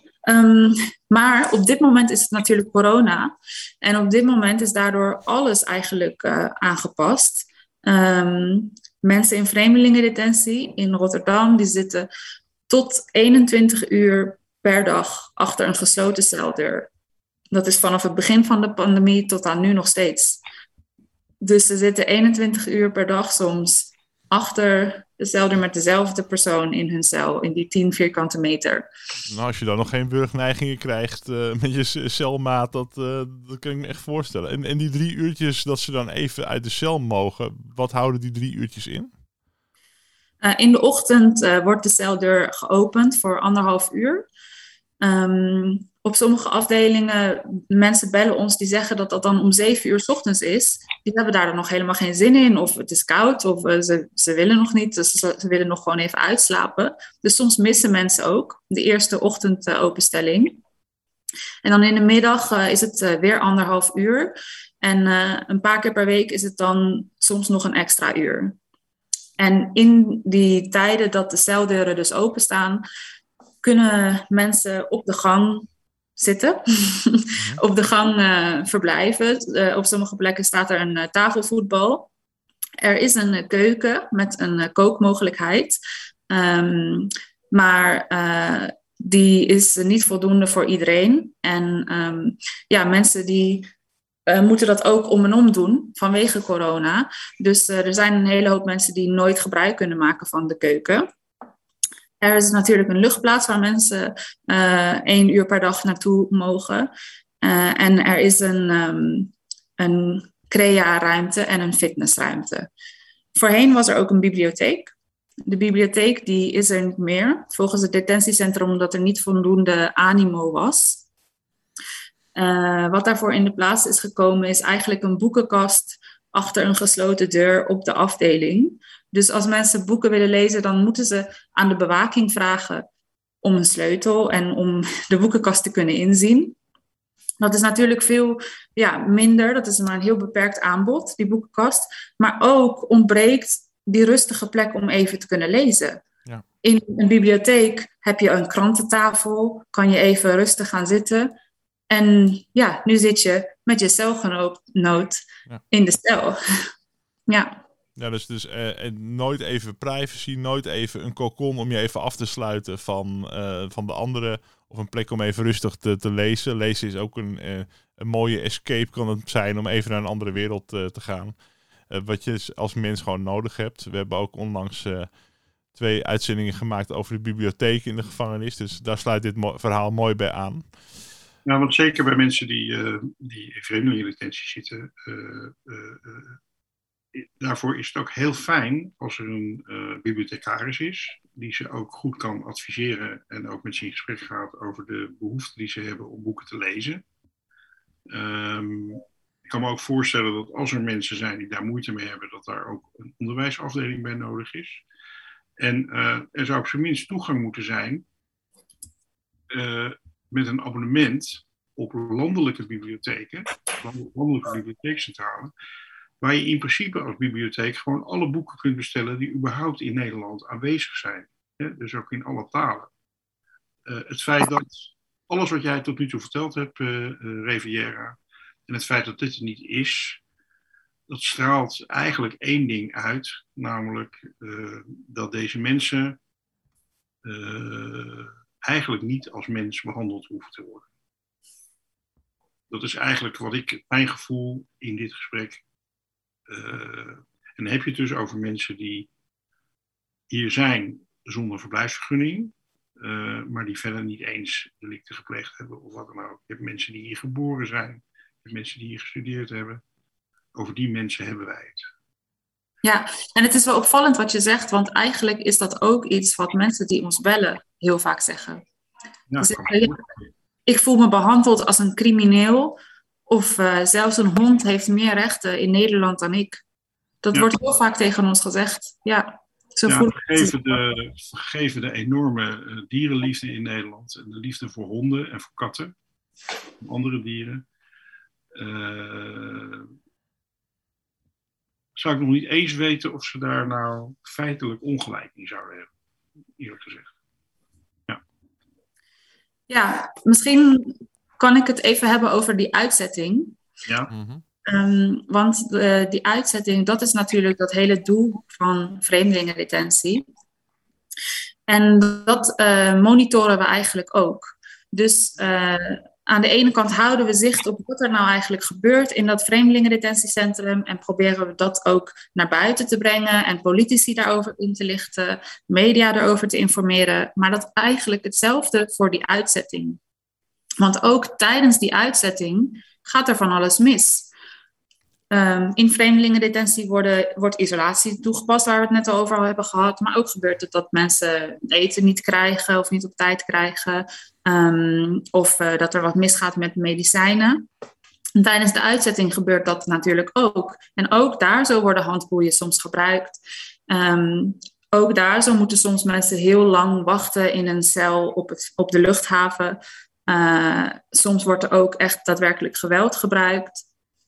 S5: Maar op dit moment is het natuurlijk corona. En op dit moment is daardoor alles eigenlijk aangepast. Mensen in vreemdelingendetentie in Rotterdam, die zitten tot 21 uur per dag achter een gesloten celdeur. Dat is vanaf het begin van de pandemie tot aan nu nog steeds. Dus ze zitten 21 uur per dag soms achter de celdeur met dezelfde persoon in hun cel, in die 10 vierkante meter.
S3: Nou, als je dan nog geen burgerneigingen krijgt met je celmaat, dat kan ik me echt voorstellen. En die 3 uurtjes dat ze dan even uit de cel mogen, wat houden die 3 uurtjes in?
S5: In de ochtend wordt de celdeur geopend voor 1,5 uur. Op sommige afdelingen, mensen bellen ons die zeggen dat dat dan om 7 uur 's ochtends is. Die hebben daar dan nog helemaal geen zin in. Of het is koud, of ze willen nog niet. Dus ze willen nog gewoon even uitslapen. Dus soms missen mensen ook de eerste ochtendopenstelling. En dan in de middag is het weer 1,5 uur. En een paar keer per week is het dan soms nog een extra uur. En in die tijden dat de celdeuren dus openstaan, kunnen mensen op de gang zitten, op de gang verblijven. Op sommige plekken staat er een tafelvoetbal. Er is een keuken met een kookmogelijkheid, maar die is niet voldoende voor iedereen. En mensen die moeten dat ook om en om doen vanwege corona. Dus er zijn een hele hoop mensen die nooit gebruik kunnen maken van de keuken. Er is natuurlijk een luchtplaats waar mensen 1 uur per dag naartoe mogen. En er is een crea-ruimte en een fitnessruimte. Voorheen was er ook een bibliotheek. De bibliotheek die is er niet meer, volgens het detentiecentrum, omdat er niet voldoende animo was. Wat daarvoor in de plaats is gekomen is eigenlijk een boekenkast achter een gesloten deur op de afdeling. Dus als mensen boeken willen lezen, dan moeten ze aan de bewaking vragen om een sleutel en om de boekenkast te kunnen inzien. Dat is natuurlijk veel minder, dat is maar een heel beperkt aanbod, die boekenkast. Maar ook ontbreekt die rustige plek om even te kunnen lezen.
S3: Ja.
S5: In een bibliotheek heb je een krantentafel, kan je even rustig gaan zitten. En nu zit je met je celgenoot in de cel. Ja.
S3: Ja, dus nooit even privacy, nooit even een cocon om je even af te sluiten van de anderen. Of een plek om even rustig te lezen. Lezen is ook een mooie escape, kan het zijn, om even naar een andere wereld te gaan. Wat je als mens gewoon nodig hebt. We hebben ook onlangs 2 uitzendingen gemaakt over de bibliotheek in de gevangenis. Dus daar sluit dit verhaal mooi bij aan.
S4: Nou, want zeker bij mensen die in vreemdelingendetentie zitten, daarvoor is het ook heel fijn als er een bibliothecaris is, die ze ook goed kan adviseren en ook met ze in gesprek gaat over de behoeften die ze hebben om boeken te lezen. Ik kan me ook voorstellen dat als er mensen zijn die daar moeite mee hebben, dat daar ook een onderwijsafdeling bij nodig is. En er zou op zijn minst toegang moeten zijn met een abonnement op landelijke bibliotheken, landelijke bibliotheekcentralen, waar je in principe als bibliotheek gewoon alle boeken kunt bestellen die überhaupt in Nederland aanwezig zijn. Dus ook in alle talen. Het feit dat alles wat jij tot nu toe verteld hebt, Riviera, en het feit dat dit er niet is, dat straalt eigenlijk 1 ding uit, namelijk dat deze mensen eigenlijk niet als mens behandeld hoeven te worden. Dat is eigenlijk mijn gevoel in dit gesprek. En dan heb je het dus over mensen die hier zijn zonder verblijfsvergunning, maar die verder niet eens delicten gepleegd hebben of wat dan ook. Je hebt mensen die hier geboren zijn, je hebt mensen die hier gestudeerd hebben. Over die mensen hebben wij het.
S5: Ja, en het is wel opvallend wat je zegt, want eigenlijk is dat ook iets wat mensen die ons bellen heel vaak zeggen.
S4: Ja,
S5: ik voel me behandeld als een crimineel of zelfs een hond heeft meer rechten in Nederland dan ik. Dat wordt heel vaak tegen ons gezegd. Ja,
S4: vergeven de enorme dierenliefde in Nederland en de liefde voor honden en voor katten, en andere dieren. Zou ik nog niet eens weten of ze daar nou feitelijk ongelijk in zouden hebben, eerlijk gezegd.
S5: Ja, misschien kan ik het even hebben over die uitzetting.
S4: Ja.
S5: Want die uitzetting, dat is natuurlijk dat hele doel van vreemdelingendetentie. En dat monitoren we eigenlijk ook. Dus aan de ene kant houden we zicht op wat er nou eigenlijk gebeurt in dat vreemdelingendetentiecentrum en proberen we dat ook naar buiten te brengen en politici daarover in te lichten, media daarover te informeren. Maar dat eigenlijk hetzelfde voor die uitzetting. Want ook tijdens die uitzetting gaat er van alles mis. In vreemdelingendetentie wordt isolatie toegepast, waar we het net al over hebben gehad. Maar ook gebeurt het dat mensen eten niet krijgen of niet op tijd krijgen. Of dat er wat misgaat met medicijnen. En tijdens de uitzetting gebeurt dat natuurlijk ook. En ook daar zo worden handboeien soms gebruikt. Ook daar zo moeten soms mensen heel lang wachten in een cel op de luchthaven. Soms wordt er ook echt daadwerkelijk geweld gebruikt.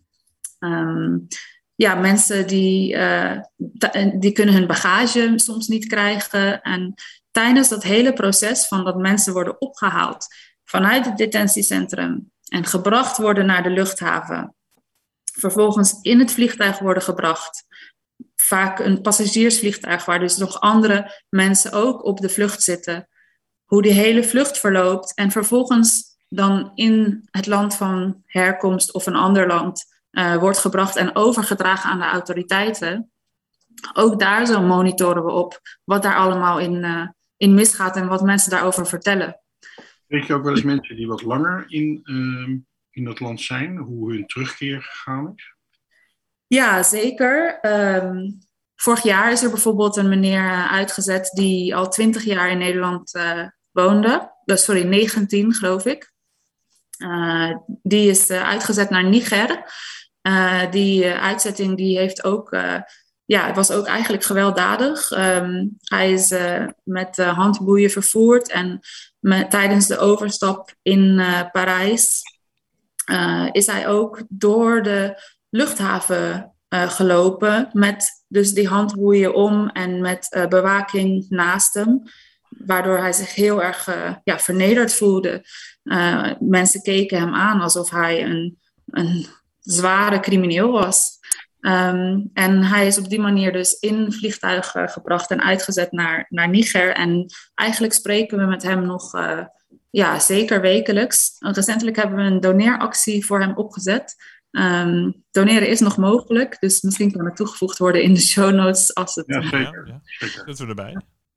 S5: Mensen die kunnen hun bagage soms niet krijgen. En tijdens dat hele proces van dat mensen worden opgehaald vanuit het detentiecentrum en gebracht worden naar de luchthaven, vervolgens in het vliegtuig worden gebracht, vaak een passagiersvliegtuig waar dus nog andere mensen ook op de vlucht zitten, hoe die hele vlucht verloopt en vervolgens dan in het land van herkomst of een ander land wordt gebracht en overgedragen aan de autoriteiten. Ook daar zo monitoren we op wat daar allemaal in misgaat en wat mensen daarover vertellen.
S4: Weet je ook wel eens mensen die wat langer in dat land zijn, hoe hun terugkeer gegaan is?
S5: Ja, zeker. Vorig jaar is er bijvoorbeeld een meneer uitgezet die al 20 jaar in Nederland woonde. 19 geloof ik. Die is uitgezet naar Niger. Die uitzetting die heeft ook, het was ook eigenlijk gewelddadig. Hij is met handboeien vervoerd en tijdens de overstap in Parijs is hij ook door de luchthaven gelopen met dus die handboeien om en met bewaking naast hem. Waardoor hij zich heel erg vernederd voelde. Mensen keken hem aan alsof hij een zware crimineel was. En hij is op die manier dus in vliegtuigen gebracht en uitgezet naar Niger. En eigenlijk spreken we met hem nog zeker wekelijks. Recentelijk hebben we een doneeractie voor hem opgezet. Doneren is nog mogelijk, dus misschien kan het toegevoegd worden in de show notes. Als het,
S4: ja, zeker.
S3: Zeker. Dat we erbij.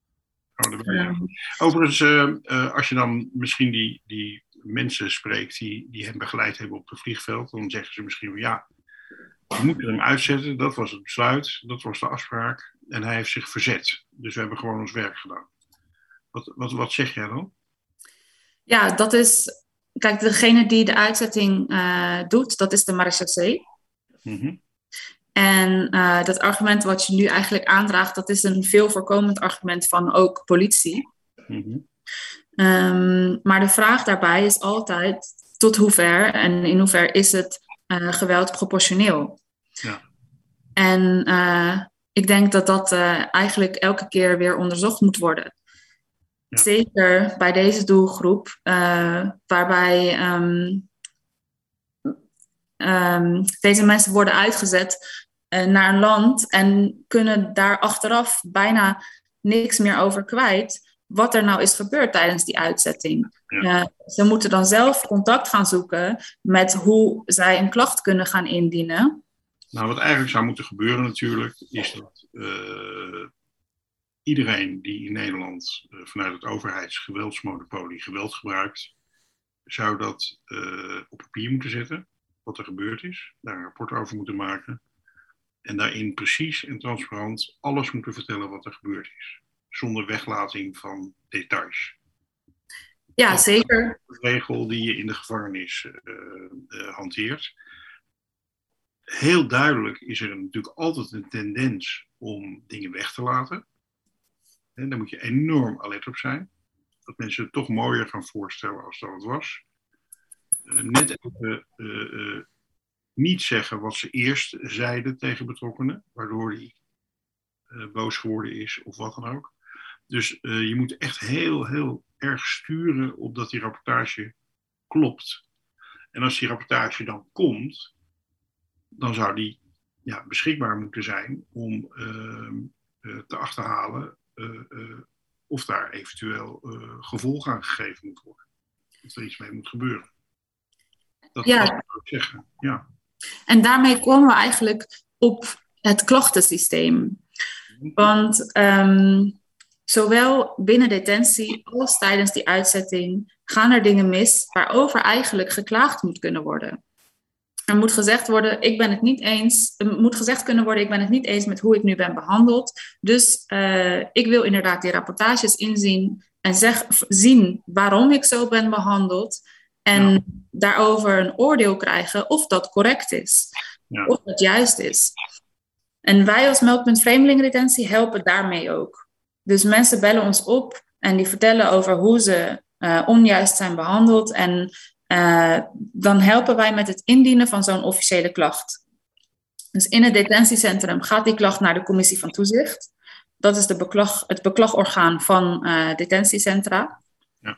S4: Overigens, als je dan misschien die mensen spreekt die hem begeleid hebben op het vliegveld, dan zeggen ze misschien van we moeten hem uitzetten, dat was het besluit, dat was de afspraak en hij heeft zich verzet. Dus we hebben gewoon ons werk gedaan. Wat zeg jij dan?
S5: Ja, dat is... Kijk, degene die de uitzetting doet, dat is de marechaussee.
S4: Mm-hmm.
S5: En dat argument wat je nu eigenlijk aandraagt, dat is een veel voorkomend argument van ook politie.
S4: Mm-hmm.
S5: Maar de vraag daarbij is altijd tot hoever en in hoever is het geweld proportioneel.
S4: Ja.
S5: En ik denk dat eigenlijk elke keer weer onderzocht moet worden. Ja. Zeker bij deze doelgroep, waarbij deze mensen worden uitgezet naar een land en kunnen daar achteraf bijna niks meer over kwijt wat er nou is gebeurd tijdens die uitzetting.
S4: Ja.
S5: Ze moeten dan zelf contact gaan zoeken met hoe zij een klacht kunnen gaan indienen.
S4: Nou, wat eigenlijk zou moeten gebeuren natuurlijk, is dat iedereen die in Nederland vanuit het overheidsgeweldsmonopolie geweld gebruikt, zou dat op papier moeten zetten, wat er gebeurd is, daar een rapport over moeten maken en daarin precies en transparant alles moeten vertellen wat er gebeurd is, zonder weglating van details.
S5: Ja,
S4: dat
S5: zeker.
S4: is de regel die je in de gevangenis hanteert. Heel duidelijk is er natuurlijk altijd een tendens om dingen weg te laten. En daar moet je enorm alert op zijn. Dat mensen het toch mooier gaan voorstellen als dat het was. Net even niet zeggen wat ze eerst zeiden tegen betrokkenen, waardoor die boos geworden is of wat dan ook. Dus je moet echt heel, heel erg sturen op dat die rapportage klopt. En als die rapportage dan komt, dan zou die beschikbaar moeten zijn om te achterhalen of daar eventueel gevolg aan gegeven moet worden. Of er iets mee moet gebeuren. Dat zou ik zeggen, ja.
S5: En daarmee komen we eigenlijk op het klachtensysteem. Want zowel binnen detentie als tijdens die uitzetting gaan er dingen mis waarover eigenlijk geklaagd moet kunnen worden. Er moet gezegd worden, ik ben het niet eens. Er moet gezegd kunnen worden, ik ben het niet eens met hoe ik nu ben behandeld. Dus ik wil inderdaad die rapportages inzien en zien waarom ik zo ben behandeld. En daarover een oordeel krijgen of dat correct is.
S4: Ja.
S5: Of dat juist is. En wij als Meldpunt Vreemdelingendetentie helpen daarmee ook. Dus mensen bellen ons op en die vertellen over hoe ze onjuist zijn behandeld. En dan helpen wij met het indienen van zo'n officiële klacht. Dus in het detentiecentrum gaat die klacht naar de commissie van toezicht. Dat is het beklagorgaan van detentiecentra.
S4: Ja.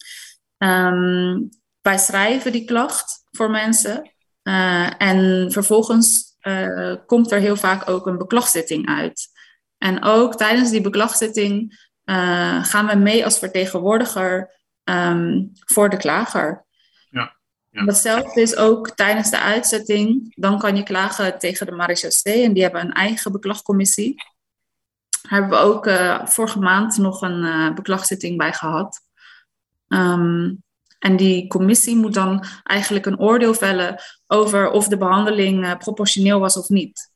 S5: Wij schrijven die klacht voor mensen. En vervolgens komt er heel vaak ook een beklagzitting uit. En ook tijdens die beklagzitting gaan we mee als vertegenwoordiger voor de klager.
S4: Ja. Ja.
S5: Datzelfde is ook tijdens de uitzetting. Dan kan je klagen tegen de marechaussee en die hebben een eigen beklagcommissie. hebben we ook vorige maand nog een beklagzitting bij gehad. En die commissie moet dan eigenlijk een oordeel vellen over of de behandeling proportioneel was of niet.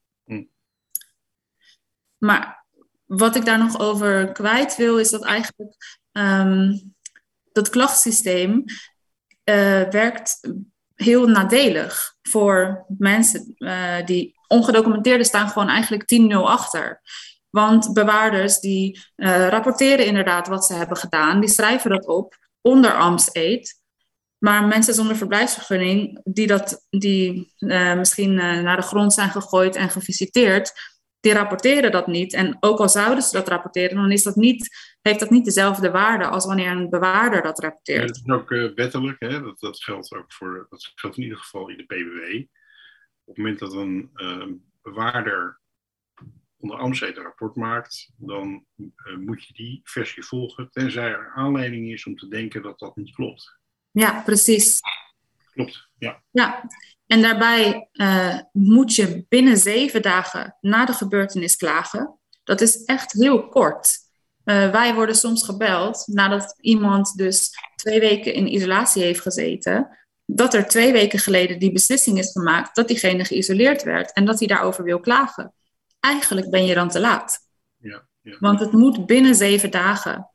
S5: Maar wat ik daar nog over kwijt wil, is dat eigenlijk dat klachtsysteem werkt heel nadelig voor mensen die ongedocumenteerden staan gewoon eigenlijk 10-0 achter. Want bewaarders die rapporteren inderdaad wat ze hebben gedaan, die schrijven dat op onder ambtseed. Maar mensen zonder verblijfsvergunning die misschien naar de grond zijn gegooid en gevisiteerd, die rapporteren dat niet. En ook al zouden ze dat rapporteren, dan heeft dat niet dezelfde waarde als wanneer een bewaarder dat rapporteert.
S4: Ja, dat is ook wettelijk, hè? Dat geldt ook dat geldt in ieder geval in de PBW. Op het moment dat een bewaarder onder ambtseed een rapport maakt, dan moet je die versie volgen, tenzij er aanleiding is om te denken dat dat niet klopt.
S5: Ja, precies.
S4: Klopt, ja.
S5: Ja, en daarbij moet je binnen 7 dagen na de gebeurtenis klagen. Dat is echt heel kort. Wij worden soms gebeld nadat iemand dus 2 weken in isolatie heeft gezeten, dat er 2 weken geleden die beslissing is gemaakt dat diegene geïsoleerd werd en dat hij daarover wil klagen. Eigenlijk ben je dan te laat.
S4: Ja.
S5: Want het moet binnen 7 dagen.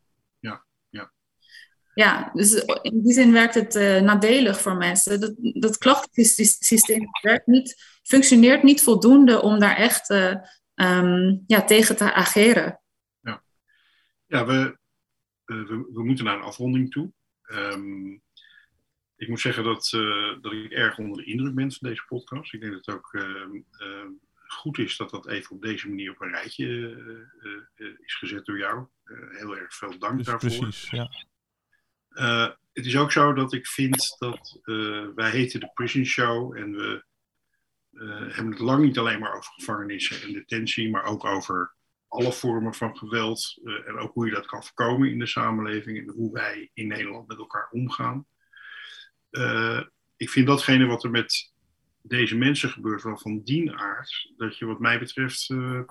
S5: Ja, dus in die zin werkt het nadelig voor mensen. Dat klachtensysteem functioneert niet voldoende om daar echt tegen te ageren.
S4: Ja, we moeten naar een afronding toe. Ik moet zeggen dat ik erg onder de indruk ben van deze podcast. Ik denk dat het ook goed is dat dat even op deze manier op een rijtje is gezet door jou. Heel erg veel dank
S3: Dus
S4: daarvoor.
S3: precies, ja.
S4: Het is ook zo dat ik vind dat wij heten de Prison Show en we hebben het lang niet alleen maar over gevangenissen en detentie, maar ook over alle vormen van geweld en ook hoe je dat kan voorkomen in de samenleving en hoe wij in Nederland met elkaar omgaan. Ik vind datgene wat er met deze mensen gebeurt wel van dien aard dat je wat mij betreft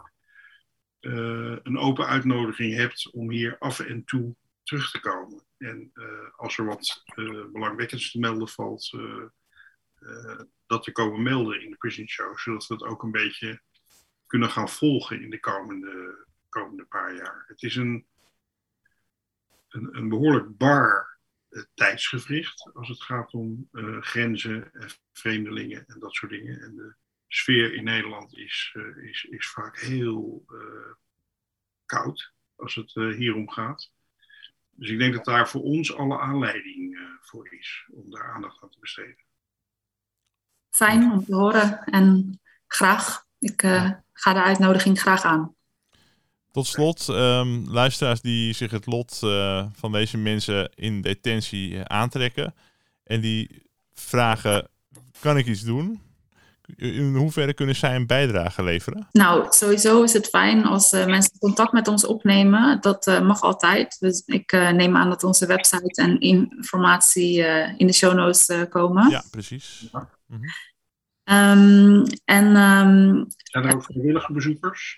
S4: een open uitnodiging hebt om hier af en toe terug te komen. En als er wat belangwekkends te melden valt, dat te komen melden in de Prison Show, zodat we het ook een beetje kunnen gaan volgen in de komende paar jaar. Het is een behoorlijk bar tijdsgevricht als het gaat om grenzen en vreemdelingen en dat soort dingen. En de sfeer in Nederland is vaak heel koud als het hierom gaat. Dus ik denk dat daar voor ons alle aanleiding voor is om daar aandacht aan te besteden.
S5: Fijn om te horen en graag. Ik ga de uitnodiging graag aan.
S3: Tot slot, luisteraars die zich het lot van deze mensen in detentie aantrekken en die vragen, kan ik iets doen? In hoeverre kunnen zij een bijdrage leveren?
S5: Nou, sowieso is het fijn als mensen contact met ons opnemen. Dat mag altijd. Dus ik neem aan dat onze website en informatie in de show notes komen.
S3: Ja, precies. Ja. Mm-hmm.
S4: Zijn er ook vrijwillige bezoekers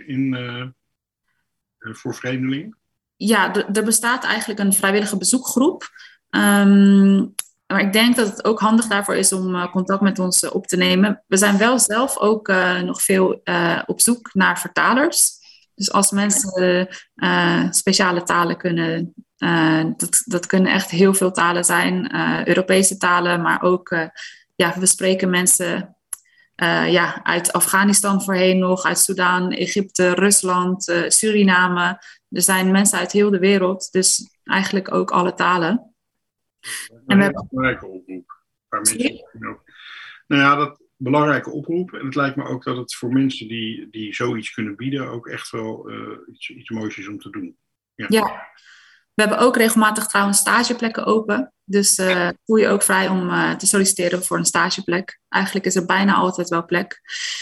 S4: voor vreemdelingen?
S5: Ja, er bestaat eigenlijk een vrijwillige bezoekgroep. Maar ik denk dat het ook handig daarvoor is om contact met ons op te nemen. We zijn wel zelf ook nog veel op zoek naar vertalers. Dus als mensen speciale talen kunnen, dat kunnen echt heel veel talen zijn. Europese talen, maar ook, we spreken mensen uit Afghanistan voorheen nog, uit Sudan, Egypte, Rusland, Suriname. Er zijn mensen uit heel de wereld, dus eigenlijk ook alle talen.
S4: En we hebben een belangrijke oproep. Waar mensen dat belangrijke oproep. En het lijkt me ook dat het voor mensen die zoiets kunnen bieden ook echt wel iets moois is om te doen. Ja.
S5: We hebben ook regelmatig trouwens stageplekken open. Dus voel je ook vrij om te solliciteren voor een stageplek. Eigenlijk is er bijna altijd wel plek.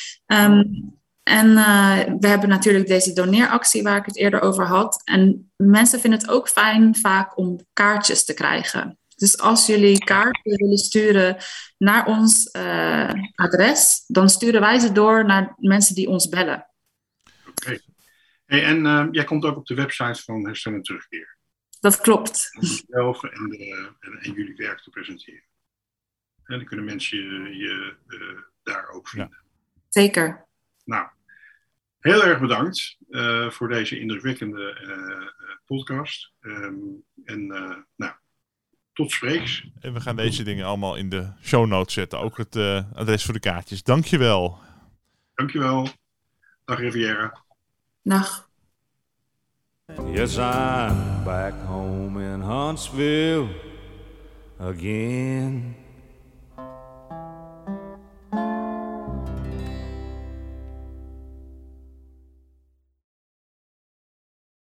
S5: En we hebben natuurlijk deze doneeractie waar ik het eerder over had. En mensen vinden het ook fijn vaak om kaartjes te krijgen. Dus als jullie kaarten willen sturen naar ons adres, dan sturen wij ze door naar mensen die ons bellen.
S4: Oké. Hey, en jij komt ook op de website van Herstel en Terugkeer.
S5: Dat klopt.
S4: Om jezelf en jullie werk te presenteren. En dan kunnen mensen je daar ook vinden. Ja.
S5: Zeker.
S4: Nou, heel erg bedankt voor deze indrukwekkende podcast. Nou, tot spreeks.
S3: En we gaan deze dingen allemaal in de show notes zetten. Ook het adres voor de kaartjes. Dankjewel.
S4: Dankjewel. Dag Riviera.
S5: Dag.
S1: Yes, I'm back home in Huntsville again.